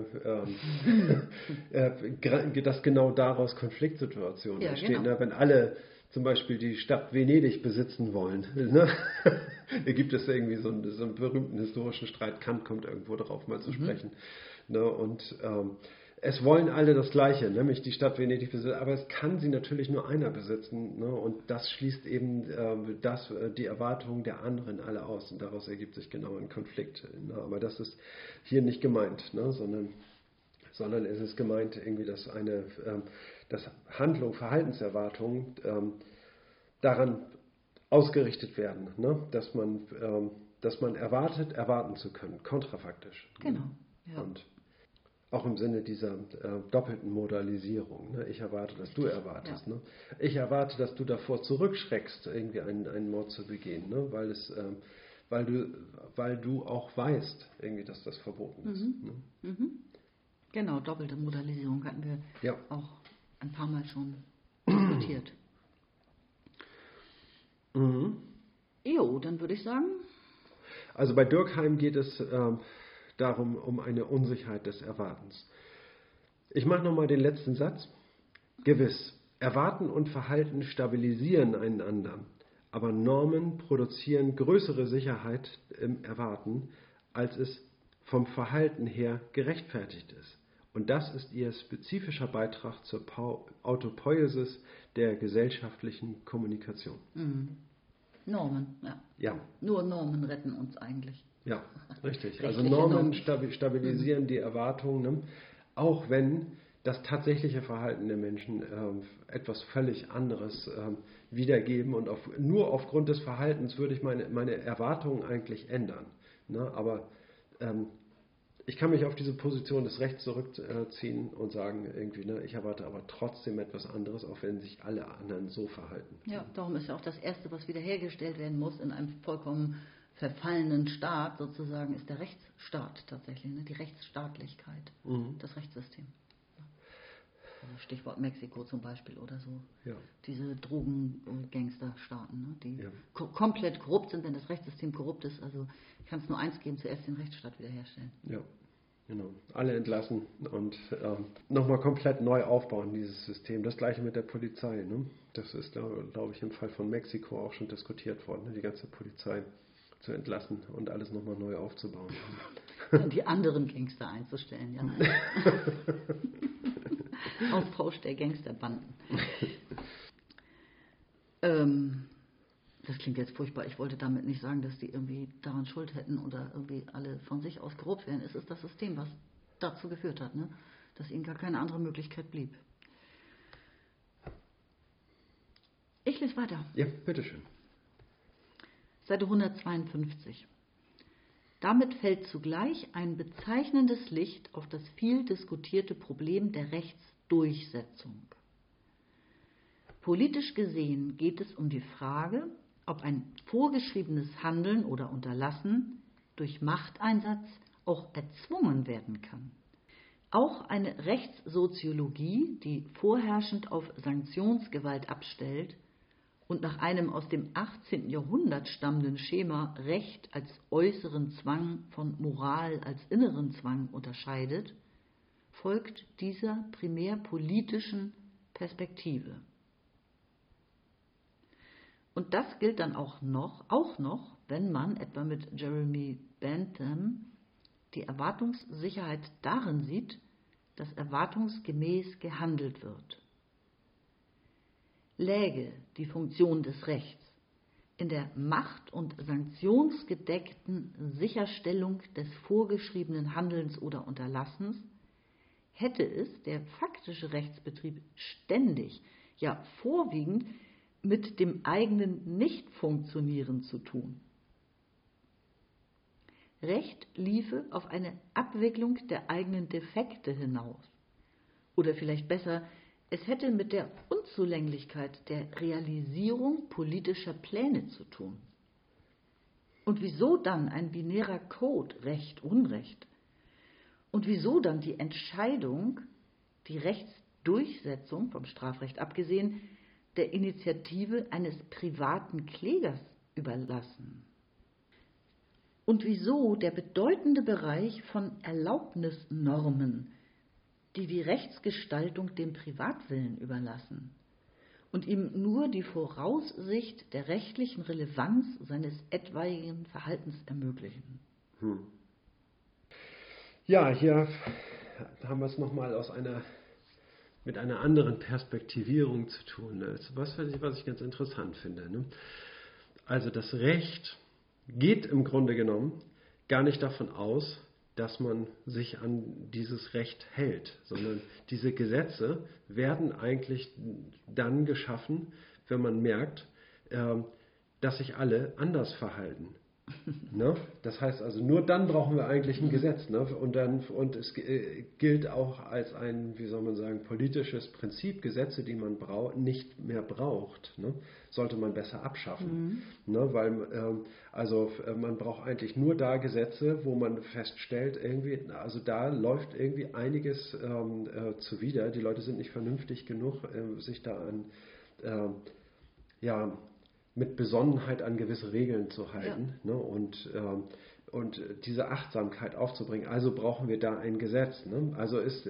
dass genau daraus Konfliktsituationen entstehen. Genau. Wenn alle zum Beispiel die Stadt Venedig besitzen wollen, da gibt es irgendwie so einen berühmten historischen Streit, Kant kommt irgendwo darauf mal zu sprechen. Und es wollen alle das Gleiche, nämlich die Stadt Venedig besitzen, aber es kann sie natürlich nur einer besitzen, und das schließt eben die Erwartungen der anderen alle aus und daraus ergibt sich genau ein Konflikt. Aber das ist hier nicht gemeint, sondern es ist gemeint irgendwie, dass Verhaltenserwartungen daran ausgerichtet werden, dass man erwartet, erwarten zu können, kontrafaktisch. Genau. Ja. Und auch im Sinne dieser doppelten Modalisierung. Ich erwarte, dass du erwartest. Ja. Ich erwarte, dass du davor zurückschreckst, irgendwie einen Mord zu begehen, weil du auch weißt, irgendwie, dass das verboten ist. Genau, doppelte Modalisierung hatten wir auch ein paar Mal schon diskutiert. Jo, dann würde ich sagen. Also bei Durkheim geht es darum, um eine Unsicherheit des Erwartens. Ich mache nochmal den letzten Satz. Gewiss, Erwarten und Verhalten stabilisieren einander, Aber Normen produzieren größere Sicherheit im Erwarten, als es vom Verhalten her gerechtfertigt ist. Und das ist ihr spezifischer Beitrag zur Autopoiesis der gesellschaftlichen Kommunikation. Normen, ja. Ja. Nur Normen retten uns eigentlich. Ja, richtig. Rechtliche Also Normen Normen. stabilisieren die Erwartungen, ne? Auch wenn das tatsächliche Verhalten der Menschen etwas völlig anderes wiedergeben und nur aufgrund des Verhaltens würde ich meine Erwartungen eigentlich ändern. Ne? Aber ich kann mich auf diese Position des Rechts zurückziehen und sagen, irgendwie, ne, ich erwarte aber trotzdem etwas anderes, auch wenn sich alle anderen so verhalten. Ja, darum ist ja auch das Erste, was wiederhergestellt werden muss in einem vollkommen verfallenen Staat, sozusagen, ist der Rechtsstaat tatsächlich, ne? Die Rechtsstaatlichkeit, das Rechtssystem. Also Stichwort Mexiko zum Beispiel oder so. Ja. Diese Drogen-Gangster-Staaten, ne? Die komplett korrupt sind, wenn das Rechtssystem korrupt ist. Also kann es nur eins geben, zuerst den Rechtsstaat wiederherstellen. Ja, genau. Alle entlassen und nochmal komplett neu aufbauen, dieses System. Das gleiche mit der Polizei. Ne? Das ist, glaube ich, im Fall von Mexiko auch schon diskutiert worden, ne? Die ganze Polizei zu entlassen und alles nochmal neu aufzubauen. Und die anderen Gangster einzustellen, ja. Austausch der Gangsterbanden. Das klingt jetzt furchtbar. Ich wollte damit nicht sagen, dass die irgendwie daran Schuld hätten oder irgendwie alle von sich aus korrupt wären. Es ist das System, was dazu geführt hat, ne? Dass ihnen gar keine andere Möglichkeit blieb. Ich lese weiter. Ja, bitteschön. Seite 152. Damit fällt zugleich ein bezeichnendes Licht auf das viel diskutierte Problem der Rechtsdurchsetzung. Politisch gesehen geht es um die Frage, ob ein vorgeschriebenes Handeln oder Unterlassen durch Machteinsatz auch erzwungen werden kann. Auch eine Rechtssoziologie, die vorherrschend auf Sanktionsgewalt abstellt und nach einem aus dem 18. Jahrhundert stammenden Schema Recht als äußeren Zwang von Moral als inneren Zwang unterscheidet, folgt dieser primär politischen Perspektive. Und das gilt dann auch noch, wenn man etwa mit Jeremy Bentham die Erwartungssicherheit darin sieht, dass erwartungsgemäß gehandelt wird. Läge die Funktion des Rechts in der macht- und sanktionsgedeckten Sicherstellung des vorgeschriebenen Handelns oder Unterlassens, hätte es der faktische Rechtsbetrieb ständig, ja vorwiegend mit dem eigenen Nichtfunktionieren zu tun. Recht liefe auf eine Abwicklung der eigenen Defekte hinaus. Oder vielleicht besser, es hätte mit der Unzulänglichkeit der Realisierung politischer Pläne zu tun. Und wieso dann ein binärer Code, Recht, Unrecht? Und wieso dann die Entscheidung, die Rechtsdurchsetzung, vom Strafrecht abgesehen, der Initiative eines privaten Klägers überlassen? Und wieso der bedeutende Bereich von Erlaubnisnormen, die die Rechtsgestaltung dem Privatwillen überlassen und ihm nur die Voraussicht der rechtlichen Relevanz seines etwaigen Verhaltens ermöglichen? Ja, hier haben wir es nochmal mit einer anderen Perspektivierung zu tun. Das ist was ich ganz interessant finde. Ne? Also das Recht geht im Grunde genommen gar nicht davon aus, dass man sich an dieses Recht hält, sondern diese Gesetze werden eigentlich dann geschaffen, wenn man merkt, dass sich alle anders verhalten. Ne? Das heißt also, nur dann brauchen wir eigentlich ein Gesetz. Ne? Und es gilt auch als ein, wie soll man sagen, politisches Prinzip, Gesetze, die man nicht mehr braucht, ne? Sollte man besser abschaffen. Ne? Weil man braucht eigentlich nur da Gesetze, wo man feststellt, irgendwie, also da läuft irgendwie einiges zuwider. Die Leute sind nicht vernünftig genug, sich da an mit Besonnenheit an gewisse Regeln zu halten, ne? Und diese Achtsamkeit aufzubringen. Also brauchen wir da ein Gesetz. Ne? Also ist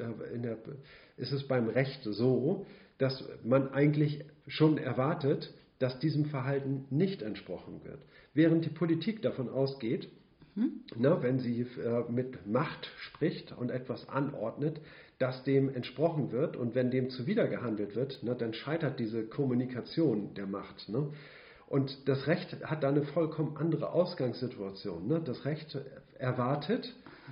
es beim Recht so, dass man eigentlich schon erwartet, dass diesem Verhalten nicht entsprochen wird. Während die Politik davon ausgeht, wenn sie mit Macht spricht und etwas anordnet, dass dem entsprochen wird, und wenn dem zuwider gehandelt wird, dann scheitert diese Kommunikation der Macht. Und das Recht hat da eine vollkommen andere Ausgangssituation. Das Recht erwartet,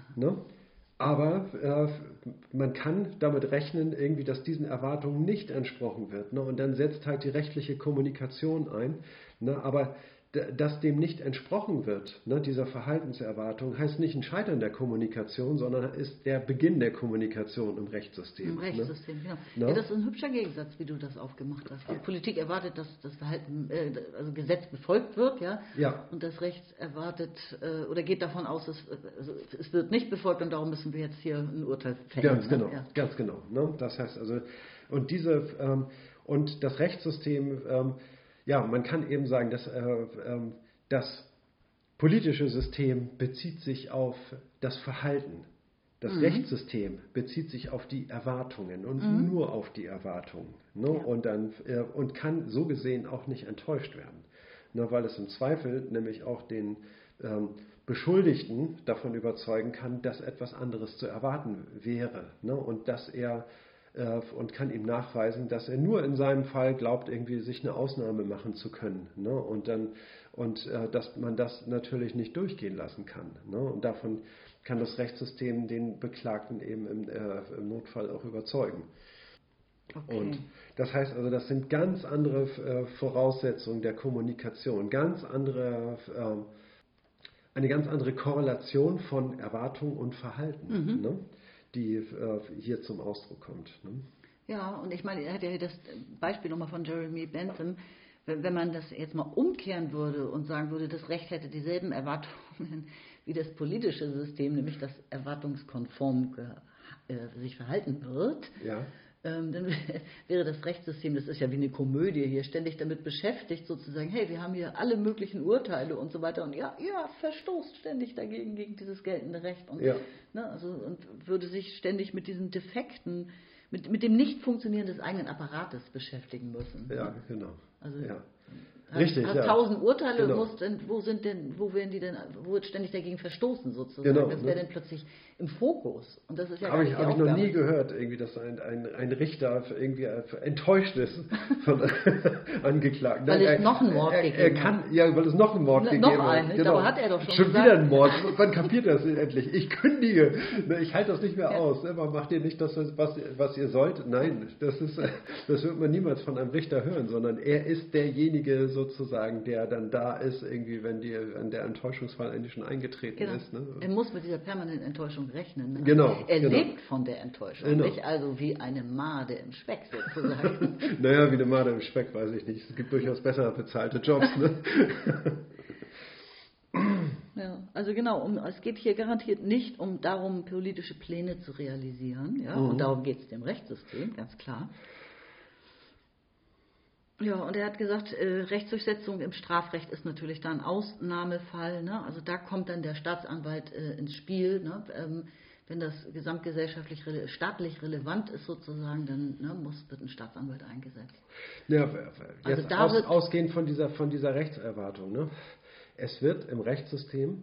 aber man kann damit rechnen, irgendwie, dass diesen Erwartungen nicht entsprochen wird. Und dann setzt halt die rechtliche Kommunikation ein. Aber dass dem nicht entsprochen wird, dieser Verhaltenserwartung, heißt nicht ein Scheitern der Kommunikation, sondern ist der Beginn der Kommunikation im Rechtssystem. Im Rechtssystem, genau. Ja, das ist ein hübscher Gegensatz, wie du das aufgemacht hast. Die Politik erwartet, dass das Verhalten, also Gesetz befolgt wird, und das Recht erwartet oder geht davon aus, es wird nicht befolgt, und darum müssen wir jetzt hier ein Urteil fällen. Ganz genau. Das heißt also, und das Rechtssystem, man kann eben sagen, dass das politische System bezieht sich auf das Verhalten. Das Rechtssystem bezieht sich auf die Erwartungen und nur auf die Erwartungen. Und kann so gesehen auch nicht enttäuscht werden. Weil es im Zweifel nämlich auch den Beschuldigten davon überzeugen kann, dass etwas anderes zu erwarten wäre. Und dass er und kann ihm nachweisen, dass er nur in seinem Fall glaubt, irgendwie sich eine Ausnahme machen zu können. Dass man das natürlich nicht durchgehen lassen kann. Und davon kann das Rechtssystem den Beklagten eben im Notfall auch überzeugen. Okay. Und das heißt also, das sind ganz andere Voraussetzungen der Kommunikation, eine ganz andere Korrelation von Erwartung und Verhalten. Die hier zum Ausdruck kommt. Ja, und ich meine, er hat ja das Beispiel nochmal von Jeremy Bentham, wenn man das jetzt mal umkehren würde und sagen würde, das Recht hätte dieselben Erwartungen wie das politische System, nämlich dass erwartungskonform sich verhalten wird, dann wäre das Rechtssystem, das ist ja wie eine Komödie hier, ständig damit beschäftigt, sozusagen, hey, wir haben hier alle möglichen Urteile und so weiter, und verstoßt ständig dagegen, gegen dieses geltende Recht, und, und würde sich ständig mit diesen Defekten, mit dem Nicht-Funktionieren des eigenen Apparates beschäftigen müssen. Ja, genau. Also, richtig, hast 1000 Urteile, wo wird ständig dagegen verstoßen, sozusagen. Genau, das wäre dann plötzlich im Fokus. Und das ist ja Habe ich noch nie gehört, irgendwie, dass ein Richter irgendwie enttäuscht ist von Angeklagten. Weil es noch einen Mord gegeben hat. Ja, weil es noch einen Mord gegeben hat. Noch einen, genau. Aber hat er doch schon gesagt. Wieder ein Mord. Wann kapiert das endlich? Ich kündige. Ich halte das nicht mehr aus. Man macht ihr nicht das, was ihr sollt. Nein, das wird man niemals von einem Richter hören, sondern er ist derjenige sozusagen, der dann da ist, irgendwie, wenn der Enttäuschungsfall eigentlich schon eingetreten ist. Er muss mit dieser permanenten Enttäuschung rechnen. Genau. Er lebt von der Enttäuschung, nicht also wie eine Made im Speck sozusagen. Naja, wie eine Made im Speck, weiß ich nicht. Es gibt durchaus besser bezahlte Jobs. Ja, also genau, es geht hier garantiert nicht darum, politische Pläne zu realisieren. Und darum geht es dem Rechtssystem, ganz klar. Ja, und er hat gesagt, Rechtsdurchsetzung im Strafrecht ist natürlich da ein Ausnahmefall. Also da kommt dann der Staatsanwalt ins Spiel. Wenn das gesamtgesellschaftlich staatlich relevant ist sozusagen, dann wird ein Staatsanwalt eingesetzt. Ja, jetzt also ausgehend von dieser Rechtserwartung. Es wird im Rechtssystem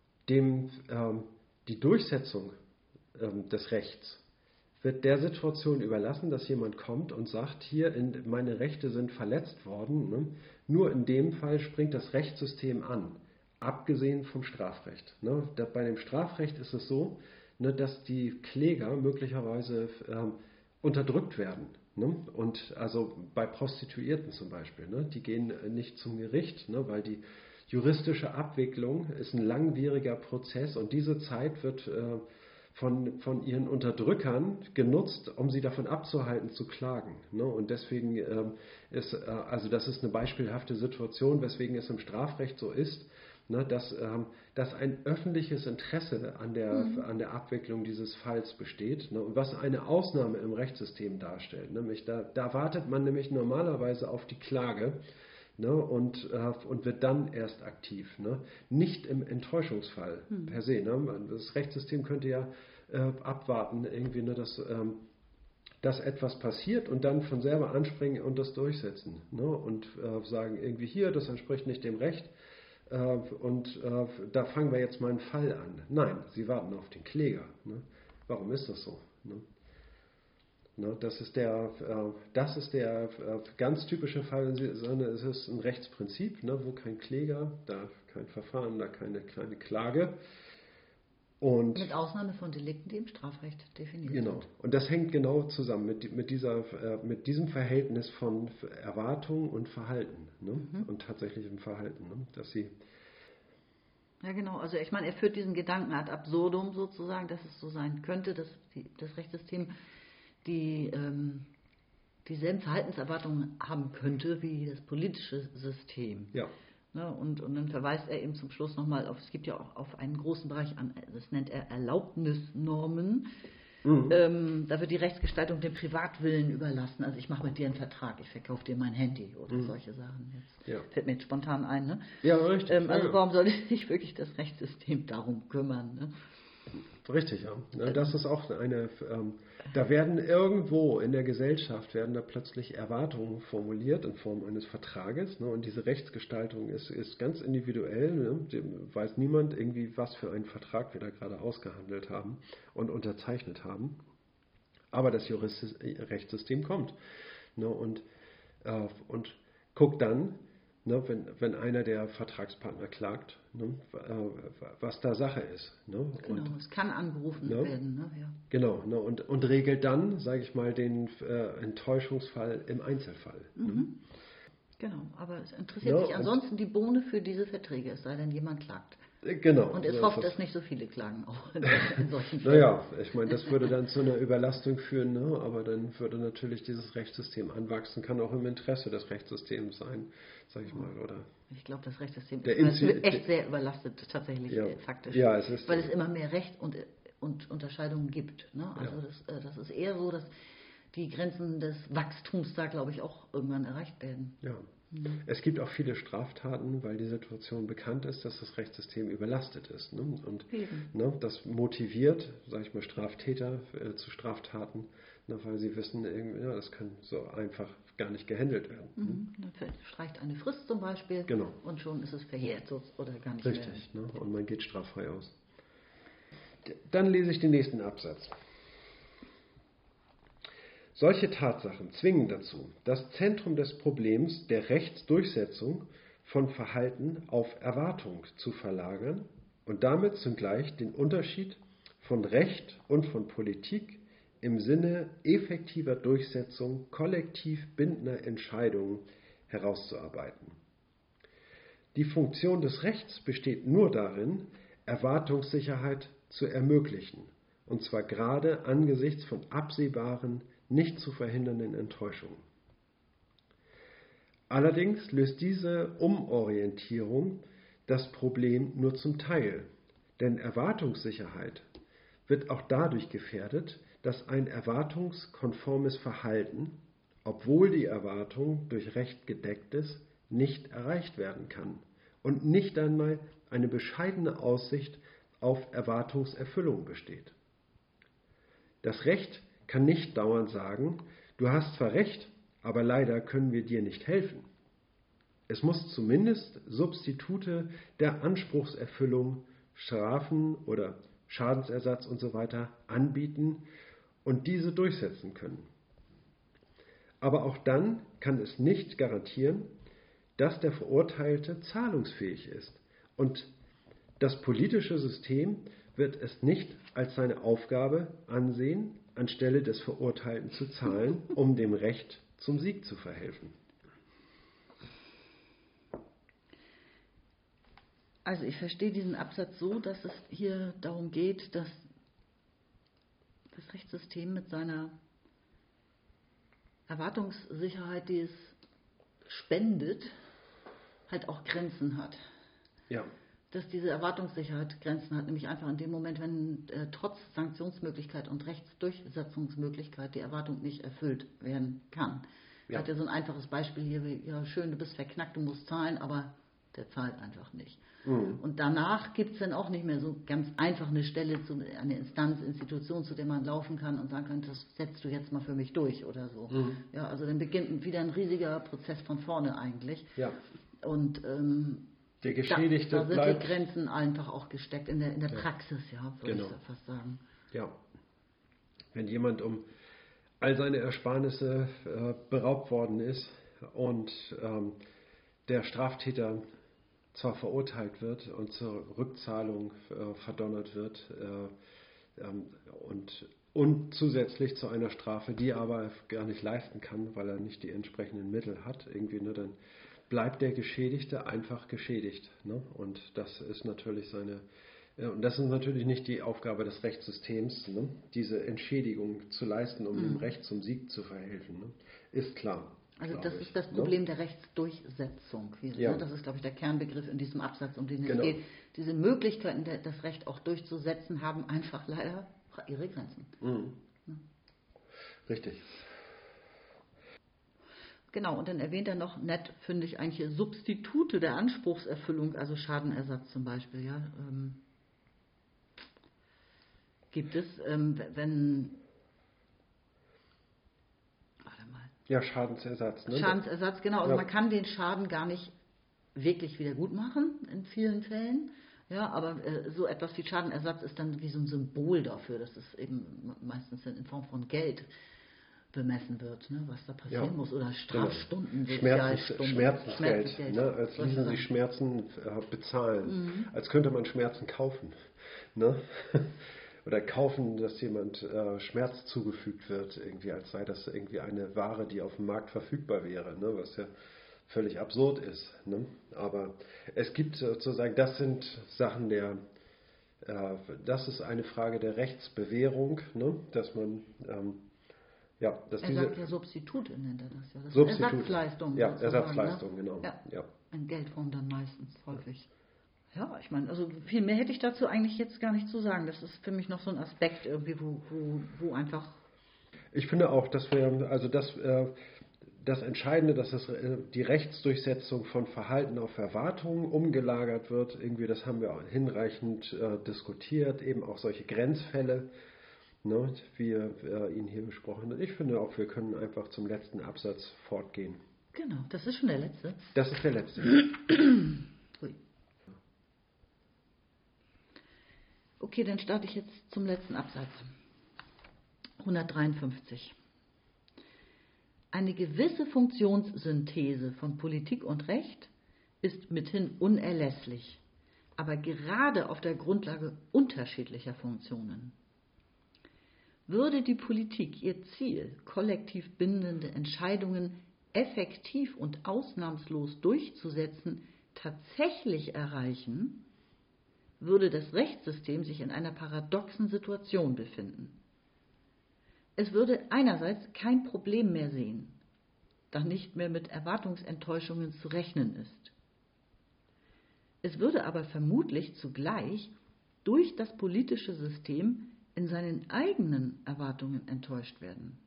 die Durchsetzung des Rechts wird der Situation überlassen, dass jemand kommt und sagt, hier, meine Rechte sind verletzt worden. Nur in dem Fall springt das Rechtssystem an, abgesehen vom Strafrecht. Bei dem Strafrecht ist es so, dass die Kläger möglicherweise unterdrückt werden. Und also bei Prostituierten zum Beispiel, die gehen nicht zum Gericht, weil die juristische Abwicklung ist ein langwieriger Prozess, und diese Zeit wird von ihren Unterdrückern genutzt, um sie davon abzuhalten, zu klagen. Und deswegen das ist eine beispielhafte Situation, weswegen es im Strafrecht so ist, dass ein öffentliches Interesse an der Abwicklung dieses Falls besteht, und was eine Ausnahme im Rechtssystem darstellt. Nämlich da wartet man nämlich normalerweise auf die Klage, und wird dann erst aktiv. Nicht im Enttäuschungsfall per se. Das Rechtssystem könnte ja abwarten, irgendwie, dass dass etwas passiert und dann von selber anspringen und das durchsetzen, ne? Und sagen irgendwie hier, das entspricht nicht dem Recht und da fangen wir jetzt mal einen Fall an. Nein, sie warten auf den Kläger. Ne? Warum ist das so? Ne? Ne, das ist der ganz typische Fall, sondern es ist ein Rechtsprinzip, ne, wo kein Kläger, da kein Verfahren, da keine kleine Klage. Und mit Ausnahme von Delikten, die im Strafrecht definiert genau. sind. Und das hängt genau zusammen mit diesem Verhältnis von Erwartung und Verhalten, ne? Und tatsächlichem Verhalten, ne? Dass sie ja, genau. Also ich meine, er führt diesen Gedanken ad absurdum sozusagen, dass es so sein könnte, dass das Rechtssystem dieselben Verhaltenserwartungen haben könnte wie das politische System. Ja. Ne, und dann verweist er eben zum Schluss nochmal auf, es gibt ja auch auf einen großen Bereich an, das nennt er Erlaubnisnormen. Da wird die Rechtsgestaltung dem Privatwillen überlassen. Also ich mache mit dir einen Vertrag, ich verkaufe dir mein Handy oder solche Sachen. Jetzt fällt mir jetzt spontan ein. Ne? Ja, richtig. Also warum sollte sich wirklich das Rechtssystem darum kümmern? Ne? Richtig, ja. Das ist auch da werden irgendwo in der Gesellschaft da plötzlich Erwartungen formuliert in Form eines Vertrages, ne? Und diese Rechtsgestaltung ist ganz individuell, ne? Weiß niemand irgendwie, was für einen Vertrag wir da gerade ausgehandelt haben und unterzeichnet haben. Aber das Rechtssystem kommt, ne? Und guckt dann, ne, wenn einer der Vertragspartner klagt, ne, was da Sache ist. Ne? Genau, und, es kann angerufen werden. Ne? Ja. Genau, ne, und regelt dann, sage ich mal, den Enttäuschungsfall im Einzelfall. Ne? Genau, aber es interessiert sich ansonsten die Bohne für diese Verträge, es sei denn, jemand klagt. Genau. Und es hofft, dass nicht so viele klagen auch in solchen Fällen. Naja, ich meine, das würde dann zu einer Überlastung führen, ne? Aber dann würde natürlich dieses Rechtssystem anwachsen, kann auch im Interesse des Rechtssystems sein, sage ich mal, oder? Ich glaube, das Rechtssystem ist echt sehr überlastet, tatsächlich faktisch. Ja, es ist, weil es immer mehr Recht und Unterscheidungen gibt. Ne? Also das ist eher so, dass die Grenzen des Wachstums da, glaube ich, auch irgendwann erreicht werden. Ja. Es gibt auch viele Straftaten, weil die Situation bekannt ist, dass das Rechtssystem überlastet ist. Ne? Und ne, das motiviert, sage ich mal, Straftäter zu Straftaten, ne, weil sie wissen, das kann so einfach gar nicht gehandelt werden. Dann streicht eine Frist zum Beispiel und schon ist es verjährt oder gar nicht Richtig, mehr. Ne? Und man geht straffrei aus. Dann lese ich den nächsten Absatz. Solche Tatsachen zwingen dazu, das Zentrum des Problems der Rechtsdurchsetzung von Verhalten auf Erwartung zu verlagern und damit zugleich den Unterschied von Recht und von Politik im Sinne effektiver Durchsetzung kollektiv bindender Entscheidungen herauszuarbeiten. Die Funktion des Rechts besteht nur darin, Erwartungssicherheit zu ermöglichen, und zwar gerade angesichts von absehbaren, nicht zu verhindernden Enttäuschungen. Allerdings löst diese Umorientierung das Problem nur zum Teil, denn Erwartungssicherheit wird auch dadurch gefährdet, dass ein erwartungskonformes Verhalten, obwohl die Erwartung durch Recht gedeckt ist, nicht erreicht werden kann und nicht einmal eine bescheidene Aussicht auf Erwartungserfüllung besteht. Das Recht kann nicht dauernd sagen, du hast zwar recht, aber leider können wir dir nicht helfen. Es muss zumindest Substitute der Anspruchserfüllung, Strafen oder Schadensersatz und so weiter anbieten und diese durchsetzen können. Aber auch dann kann es nicht garantieren, dass der Verurteilte zahlungsfähig ist. Und das politische System wird es nicht als seine Aufgabe ansehen, anstelle des Verurteilten zu zahlen, um dem Recht zum Sieg zu verhelfen. Also ich verstehe diesen Absatz so, dass es hier darum geht, dass das Rechtssystem mit seiner Erwartungssicherheit, die es spendet, halt auch Grenzen hat. Ja. Dass diese Erwartungssicherheit Grenzen hat, nämlich einfach in dem Moment, wenn trotz Sanktionsmöglichkeit und Rechtsdurchsetzungsmöglichkeit die Erwartung nicht erfüllt werden kann. Ja. Hat ja so ein einfaches Beispiel hier, wie, ja schön, du bist verknackt, du musst zahlen, aber der zahlt einfach nicht. Und danach gibt es dann auch nicht mehr so ganz einfach eine Stelle, eine Instanz, Institution, zu der man laufen kann und sagen kann, das setzt du jetzt mal für mich durch oder so. Ja, also dann beginnt wieder ein riesiger Prozess von vorne eigentlich. Ja. Und der Geschädigte da sind bleibt, die Grenzen einfach auch gesteckt, in der Praxis, würde ich fast sagen. Ja. Wenn jemand um all seine Ersparnisse beraubt worden ist und der Straftäter zwar verurteilt wird und zur Rückzahlung verdonnert wird und zusätzlich zu einer Strafe, die er aber gar nicht leisten kann, weil er nicht die entsprechenden Mittel hat, irgendwie, ne, dann bleibt der Geschädigte einfach geschädigt. Ne? Und das ist natürlich und das ist natürlich nicht die Aufgabe des Rechtssystems, ne? Diese Entschädigung zu leisten, um dem Recht zum Sieg zu verhelfen. Ne? Ist klar. Also das ist das Problem der Rechtsdurchsetzung. Das ist, glaube ich, der Kernbegriff in diesem Absatz, um den es geht. Diese Möglichkeiten, das Recht auch durchzusetzen, haben einfach leider ihre Grenzen. Ja. Richtig. Genau, und dann erwähnt er noch, nett finde ich eigentlich Substitute der Anspruchserfüllung, also Schadenersatz zum Beispiel. Ja, gibt es, wenn... Ja, Schadensersatz. Ne? Schadensersatz, genau. Also man kann den Schaden gar nicht wirklich wieder gut machen in vielen Fällen. Ja, aber so etwas wie Schadenersatz ist dann wie so ein Symbol dafür, dass es eben meistens in Form von Geld bemessen wird, ne, was da passieren muss. Oder Strafstunden, Sozialstunden. Schmerzensgeld. Ne, als ließen sie Schmerzen bezahlen. Als könnte man Schmerzen kaufen. Ne? Oder kaufen, dass jemand Schmerz zugefügt wird, irgendwie, als sei das irgendwie eine Ware, die auf dem Markt verfügbar wäre, ne? Was ja völlig absurd ist. Ne? Aber es gibt sozusagen, das sind Sachen das ist eine Frage der Rechtsbewährung, ne? Dass man, dass er sagt ja Substitute, nennt er das ja. Das Substitute. Ersatzleistung. Ja, Ersatzleistung, ne? Genau. Ja. In Geldform dann meistens häufig. Ja, ich meine, also viel mehr hätte ich dazu eigentlich jetzt gar nicht zu sagen. Das ist für mich noch so ein Aspekt irgendwie, wo einfach... Ich finde auch, dass das Entscheidende, dass die Rechtsdurchsetzung von Verhalten auf Erwartungen umgelagert wird, irgendwie, das haben wir auch hinreichend diskutiert, eben auch solche Grenzfälle, ne, wie ihn hier besprochen hat. Ich finde auch, wir können einfach zum letzten Absatz fortgehen. Genau, das ist schon der letzte. Das ist der letzte. Okay, dann starte ich jetzt zum letzten Absatz. 153. Eine gewisse Funktionssynthese von Politik und Recht ist mithin unerlässlich, aber gerade auf der Grundlage unterschiedlicher Funktionen. Würde die Politik ihr Ziel, kollektiv bindende Entscheidungen effektiv und ausnahmslos durchzusetzen, tatsächlich erreichen, würde das Rechtssystem sich in einer paradoxen Situation befinden. Es würde einerseits kein Problem mehr sehen, da nicht mehr mit Erwartungsenttäuschungen zu rechnen ist. Es würde aber vermutlich zugleich durch das politische System in seinen eigenen Erwartungen enttäuscht werden.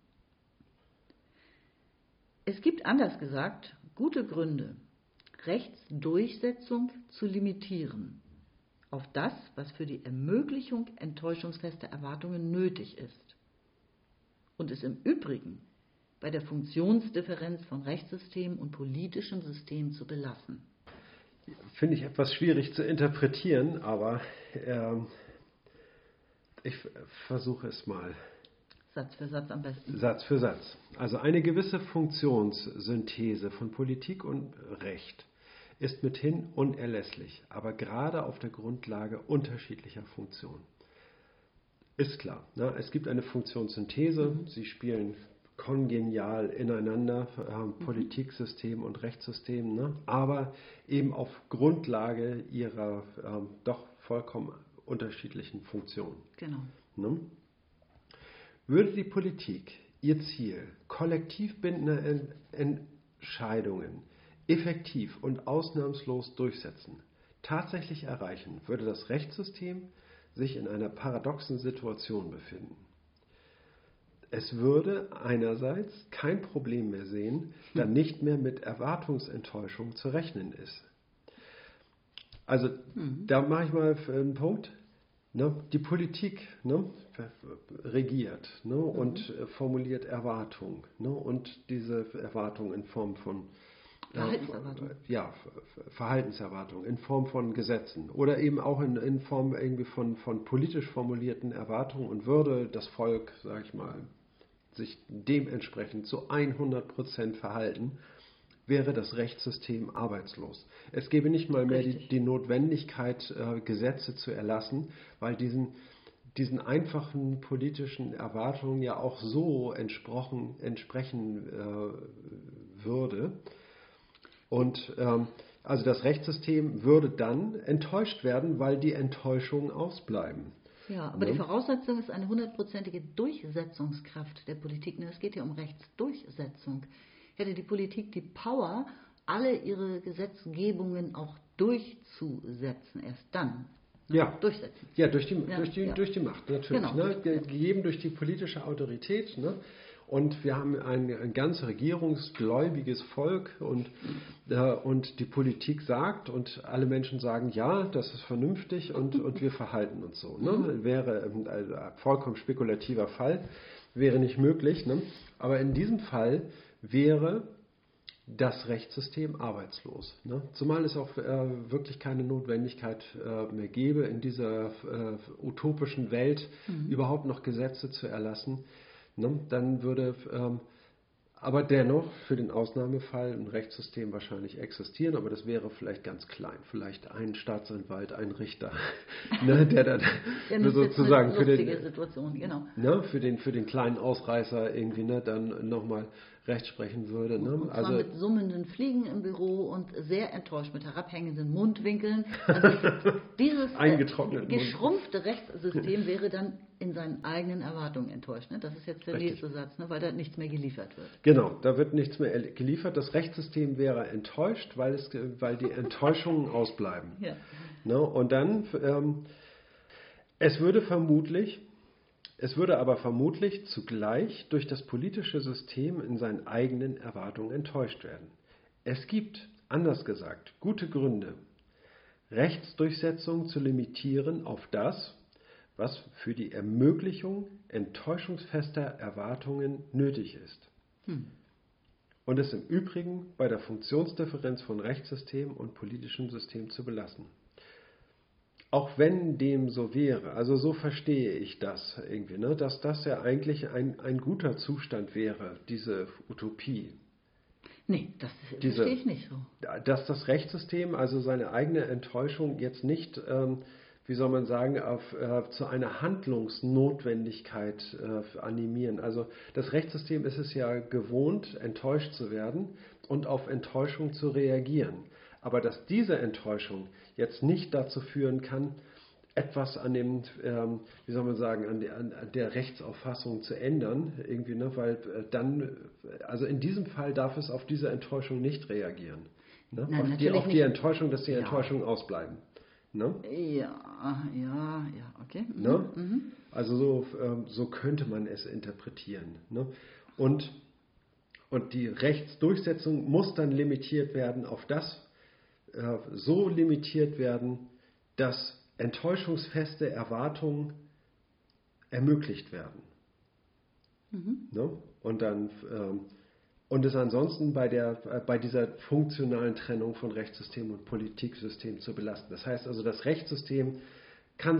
Es gibt, anders gesagt, gute Gründe, Rechtsdurchsetzung zu limitieren auf das, was für die Ermöglichung enttäuschungsfester Erwartungen nötig ist und es im Übrigen bei der Funktionsdifferenz von Rechtssystem und politischem System zu belassen. Finde ich etwas schwierig zu interpretieren, aber ich versuche es mal. Satz für Satz am besten. Satz für Satz. Also eine gewisse Funktionssynthese von Politik und Recht ist mithin unerlässlich, aber gerade auf der Grundlage unterschiedlicher Funktionen. Ist klar, ne? Es gibt eine Funktionssynthese, sie spielen kongenial ineinander, Politiksystem und Rechtssystem, ne? Aber eben auf Grundlage ihrer doch vollkommen unterschiedlichen Funktionen. Genau. Ne? Würde die Politik ihr Ziel, kollektiv bindende Entscheidungen effektiv und ausnahmslos durchsetzen, tatsächlich erreichen, würde das Rechtssystem sich in einer paradoxen Situation befinden. Es würde einerseits kein Problem mehr sehen, da nicht mehr mit Erwartungsenttäuschung zu rechnen ist. Also da mache ich mal einen Punkt. Ne? Die Politik, ne, regiert, ne, und formuliert Erwartungen, ne, und diese Erwartungen in Form von Verhaltenserwartungen in Form von Gesetzen oder eben auch in Form irgendwie von politisch formulierten Erwartungen, und würde das Volk, sage ich mal, sich dementsprechend zu 100% verhalten, wäre das Rechtssystem arbeitslos. Es gäbe nicht mal mehr die Notwendigkeit, Gesetze zu erlassen, weil diesen einfachen politischen Erwartungen ja auch so entsprechen würde. Und also das Rechtssystem würde dann enttäuscht werden, weil die Enttäuschungen ausbleiben. Ja, aber die Voraussetzung ist eine 100%ige Durchsetzungskraft der Politik. Es geht ja um Rechtsdurchsetzung. Hätte die Politik die Power, alle ihre Gesetzgebungen auch durchzusetzen, erst dann. Ja, durchsetzen. Ja, durch die Macht, natürlich. Genau. Ne? Gegeben durch die politische Autorität. Ne? Und wir haben ein ganz regierungsgläubiges Volk, und die Politik sagt, und alle Menschen sagen, ja, das ist vernünftig, und wir verhalten uns so. Ne? Wäre ein vollkommen spekulativer Fall, wäre nicht möglich. Ne? Aber in diesem Fall wäre das Rechtssystem arbeitslos. Ne? Zumal es auch wirklich keine Notwendigkeit mehr gäbe, in dieser utopischen Welt überhaupt noch Gesetze zu erlassen. Ne? Dann würde aber dennoch für den Ausnahmefall ein Rechtssystem wahrscheinlich existieren, aber das wäre vielleicht ganz klein. Vielleicht ein Staatsanwalt, ein Richter, ne, der dann sozusagen für den, Situation, genau. Ne, für den kleinen Ausreißer irgendwie, ne, dann nochmal Recht sprechen würde. Ne? Und zwar mit summenden Fliegen im Büro und sehr enttäuscht mit herabhängenden Mundwinkeln. Also dieses geschrumpfte Rechtssystem wäre dann in seinen eigenen Erwartungen enttäuscht. Ne? Das ist jetzt der nächste Satz, ne? Weil da nichts mehr geliefert wird. Genau, da wird nichts mehr geliefert. Das Rechtssystem wäre enttäuscht, weil die Enttäuschungen ausbleiben. Ja. Ne? Und dann, es würde aber vermutlich zugleich durch das politische System in seinen eigenen Erwartungen enttäuscht werden. Es gibt, anders gesagt, gute Gründe, Rechtsdurchsetzung zu limitieren auf das, was für die Ermöglichung enttäuschungsfester Erwartungen nötig ist. Und es im Übrigen bei der Funktionsdifferenz von Rechtssystem und politischem System zu belassen. Auch wenn dem so wäre, also so verstehe ich das irgendwie, ne, dass das ja eigentlich ein guter Zustand wäre, diese Utopie. Nee, das verstehe ich nicht so. Dass das Rechtssystem also seine eigene Enttäuschung jetzt nicht, wie soll man sagen, zu einer Handlungsnotwendigkeit animieren. Also das Rechtssystem ist es ja gewohnt, enttäuscht zu werden und auf Enttäuschung zu reagieren. Aber dass diese Enttäuschung jetzt nicht dazu führen kann, etwas an dem, wie soll man sagen, an der Rechtsauffassung zu ändern, irgendwie, ne, weil dann, also in diesem Fall darf es auf diese Enttäuschung nicht reagieren. Ne? Nein, auf die Enttäuschung, dass die Enttäuschungen ausbleiben. Ne? Ja, okay. Ne? Also so könnte man es interpretieren. Ne? Und die Rechtsdurchsetzung muss dann limitiert werden auf das, so limitiert werden, dass enttäuschungsfeste Erwartungen ermöglicht werden. Ne? Und es ansonsten bei dieser funktionalen Trennung von Rechtssystem und Politiksystem zu belasten. Das heißt also, das Rechtssystem kann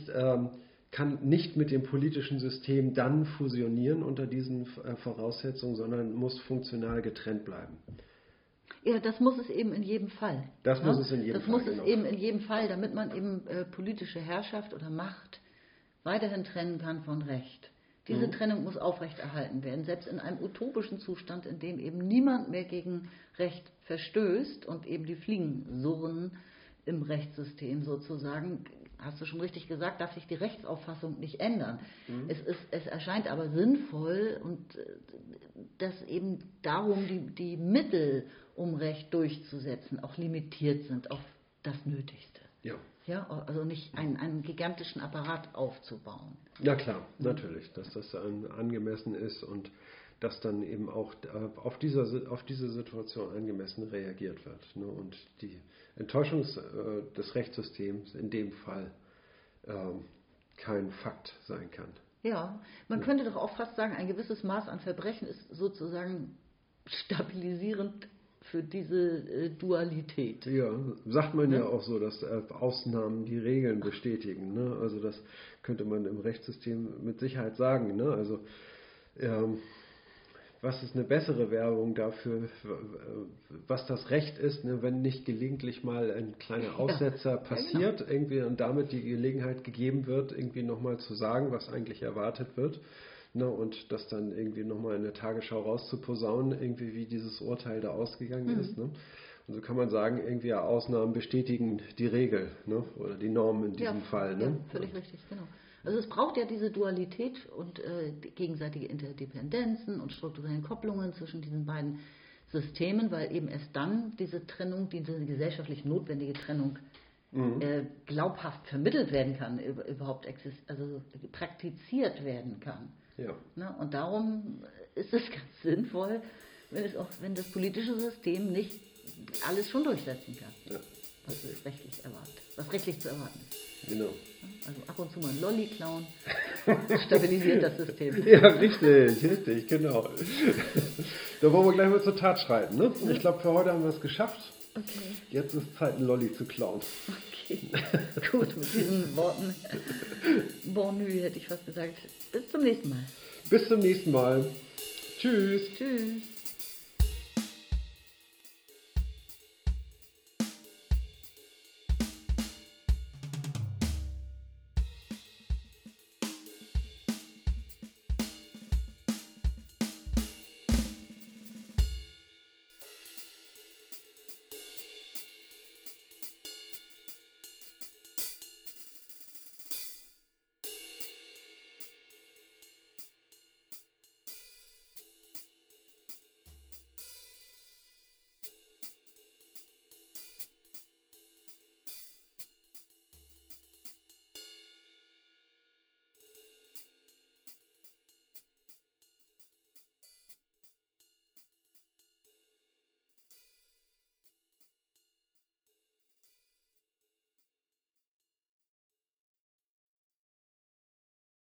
nicht mit dem politischen System dann fusionieren unter diesen Voraussetzungen, sondern muss funktional getrennt bleiben. Ja, das muss es eben in jedem Fall. Das muss es in jedem Fall, damit man eben politische Herrschaft oder Macht weiterhin trennen kann von Recht. Diese Trennung muss aufrechterhalten werden, selbst in einem utopischen Zustand, in dem eben niemand mehr gegen Recht verstößt und eben die Fliegen surren im Rechtssystem sozusagen. Hast du schon richtig gesagt, darf sich die Rechtsauffassung nicht ändern. Es erscheint aber sinnvoll, und dass eben darum die Mittel, um Recht durchzusetzen, auch limitiert sind auf das Nötigste. Ja, also nicht einen gigantischen Apparat aufzubauen. Ja klar, natürlich, dass das angemessen ist und dass dann eben auch auf diese Situation angemessen reagiert wird. Ne? Und die Enttäuschung des Rechtssystems in dem Fall kein Fakt sein kann. Ja, man könnte doch auch fast sagen, ein gewisses Maß an Verbrechen ist sozusagen stabilisierend für diese Dualität. Ja, sagt man ja auch so, dass Ausnahmen die Regeln bestätigen. Ne? Also das könnte man im Rechtssystem mit Sicherheit sagen. Ne? Also was ist eine bessere Werbung dafür, was das Recht ist, ne, wenn nicht gelegentlich mal ein kleiner Aussetzer passiert, genau. Irgendwie und damit die Gelegenheit gegeben wird, irgendwie nochmal zu sagen, was eigentlich erwartet wird. Ne, und das dann irgendwie nochmal in der Tagesschau rauszuposaunen, irgendwie wie dieses Urteil da ausgegangen ist. Ne? Und so kann man sagen, irgendwie Ausnahmen bestätigen die Regel, ne? Oder die Norm in diesem Fall. Ne? Ja, völlig richtig, genau. Also es braucht ja diese Dualität und gegenseitige Interdependenzen und strukturellen Kopplungen zwischen diesen beiden Systemen, weil eben erst dann diese Trennung, diese gesellschaftlich notwendige Trennung glaubhaft vermittelt werden kann, überhaupt praktiziert werden kann. Ja. Na, und darum ist es ganz sinnvoll, wenn das politische System nicht alles schon durchsetzen kann, was rechtlich zu erwarten ist. Genau. Also ab und zu mal ein Lolli klauen, stabilisiert das System. Ja, richtig, genau. Da wollen wir gleich mal zur Tat schreiten. Ne? Ich glaube, für heute haben wir es geschafft. Okay. Jetzt ist Zeit, ein Lolli zu klauen. Okay, gut, mit diesen Worten, Bonne hätte ich fast gesagt. Bis zum nächsten Mal. Bis zum nächsten Mal. Tschüss. Tschüss.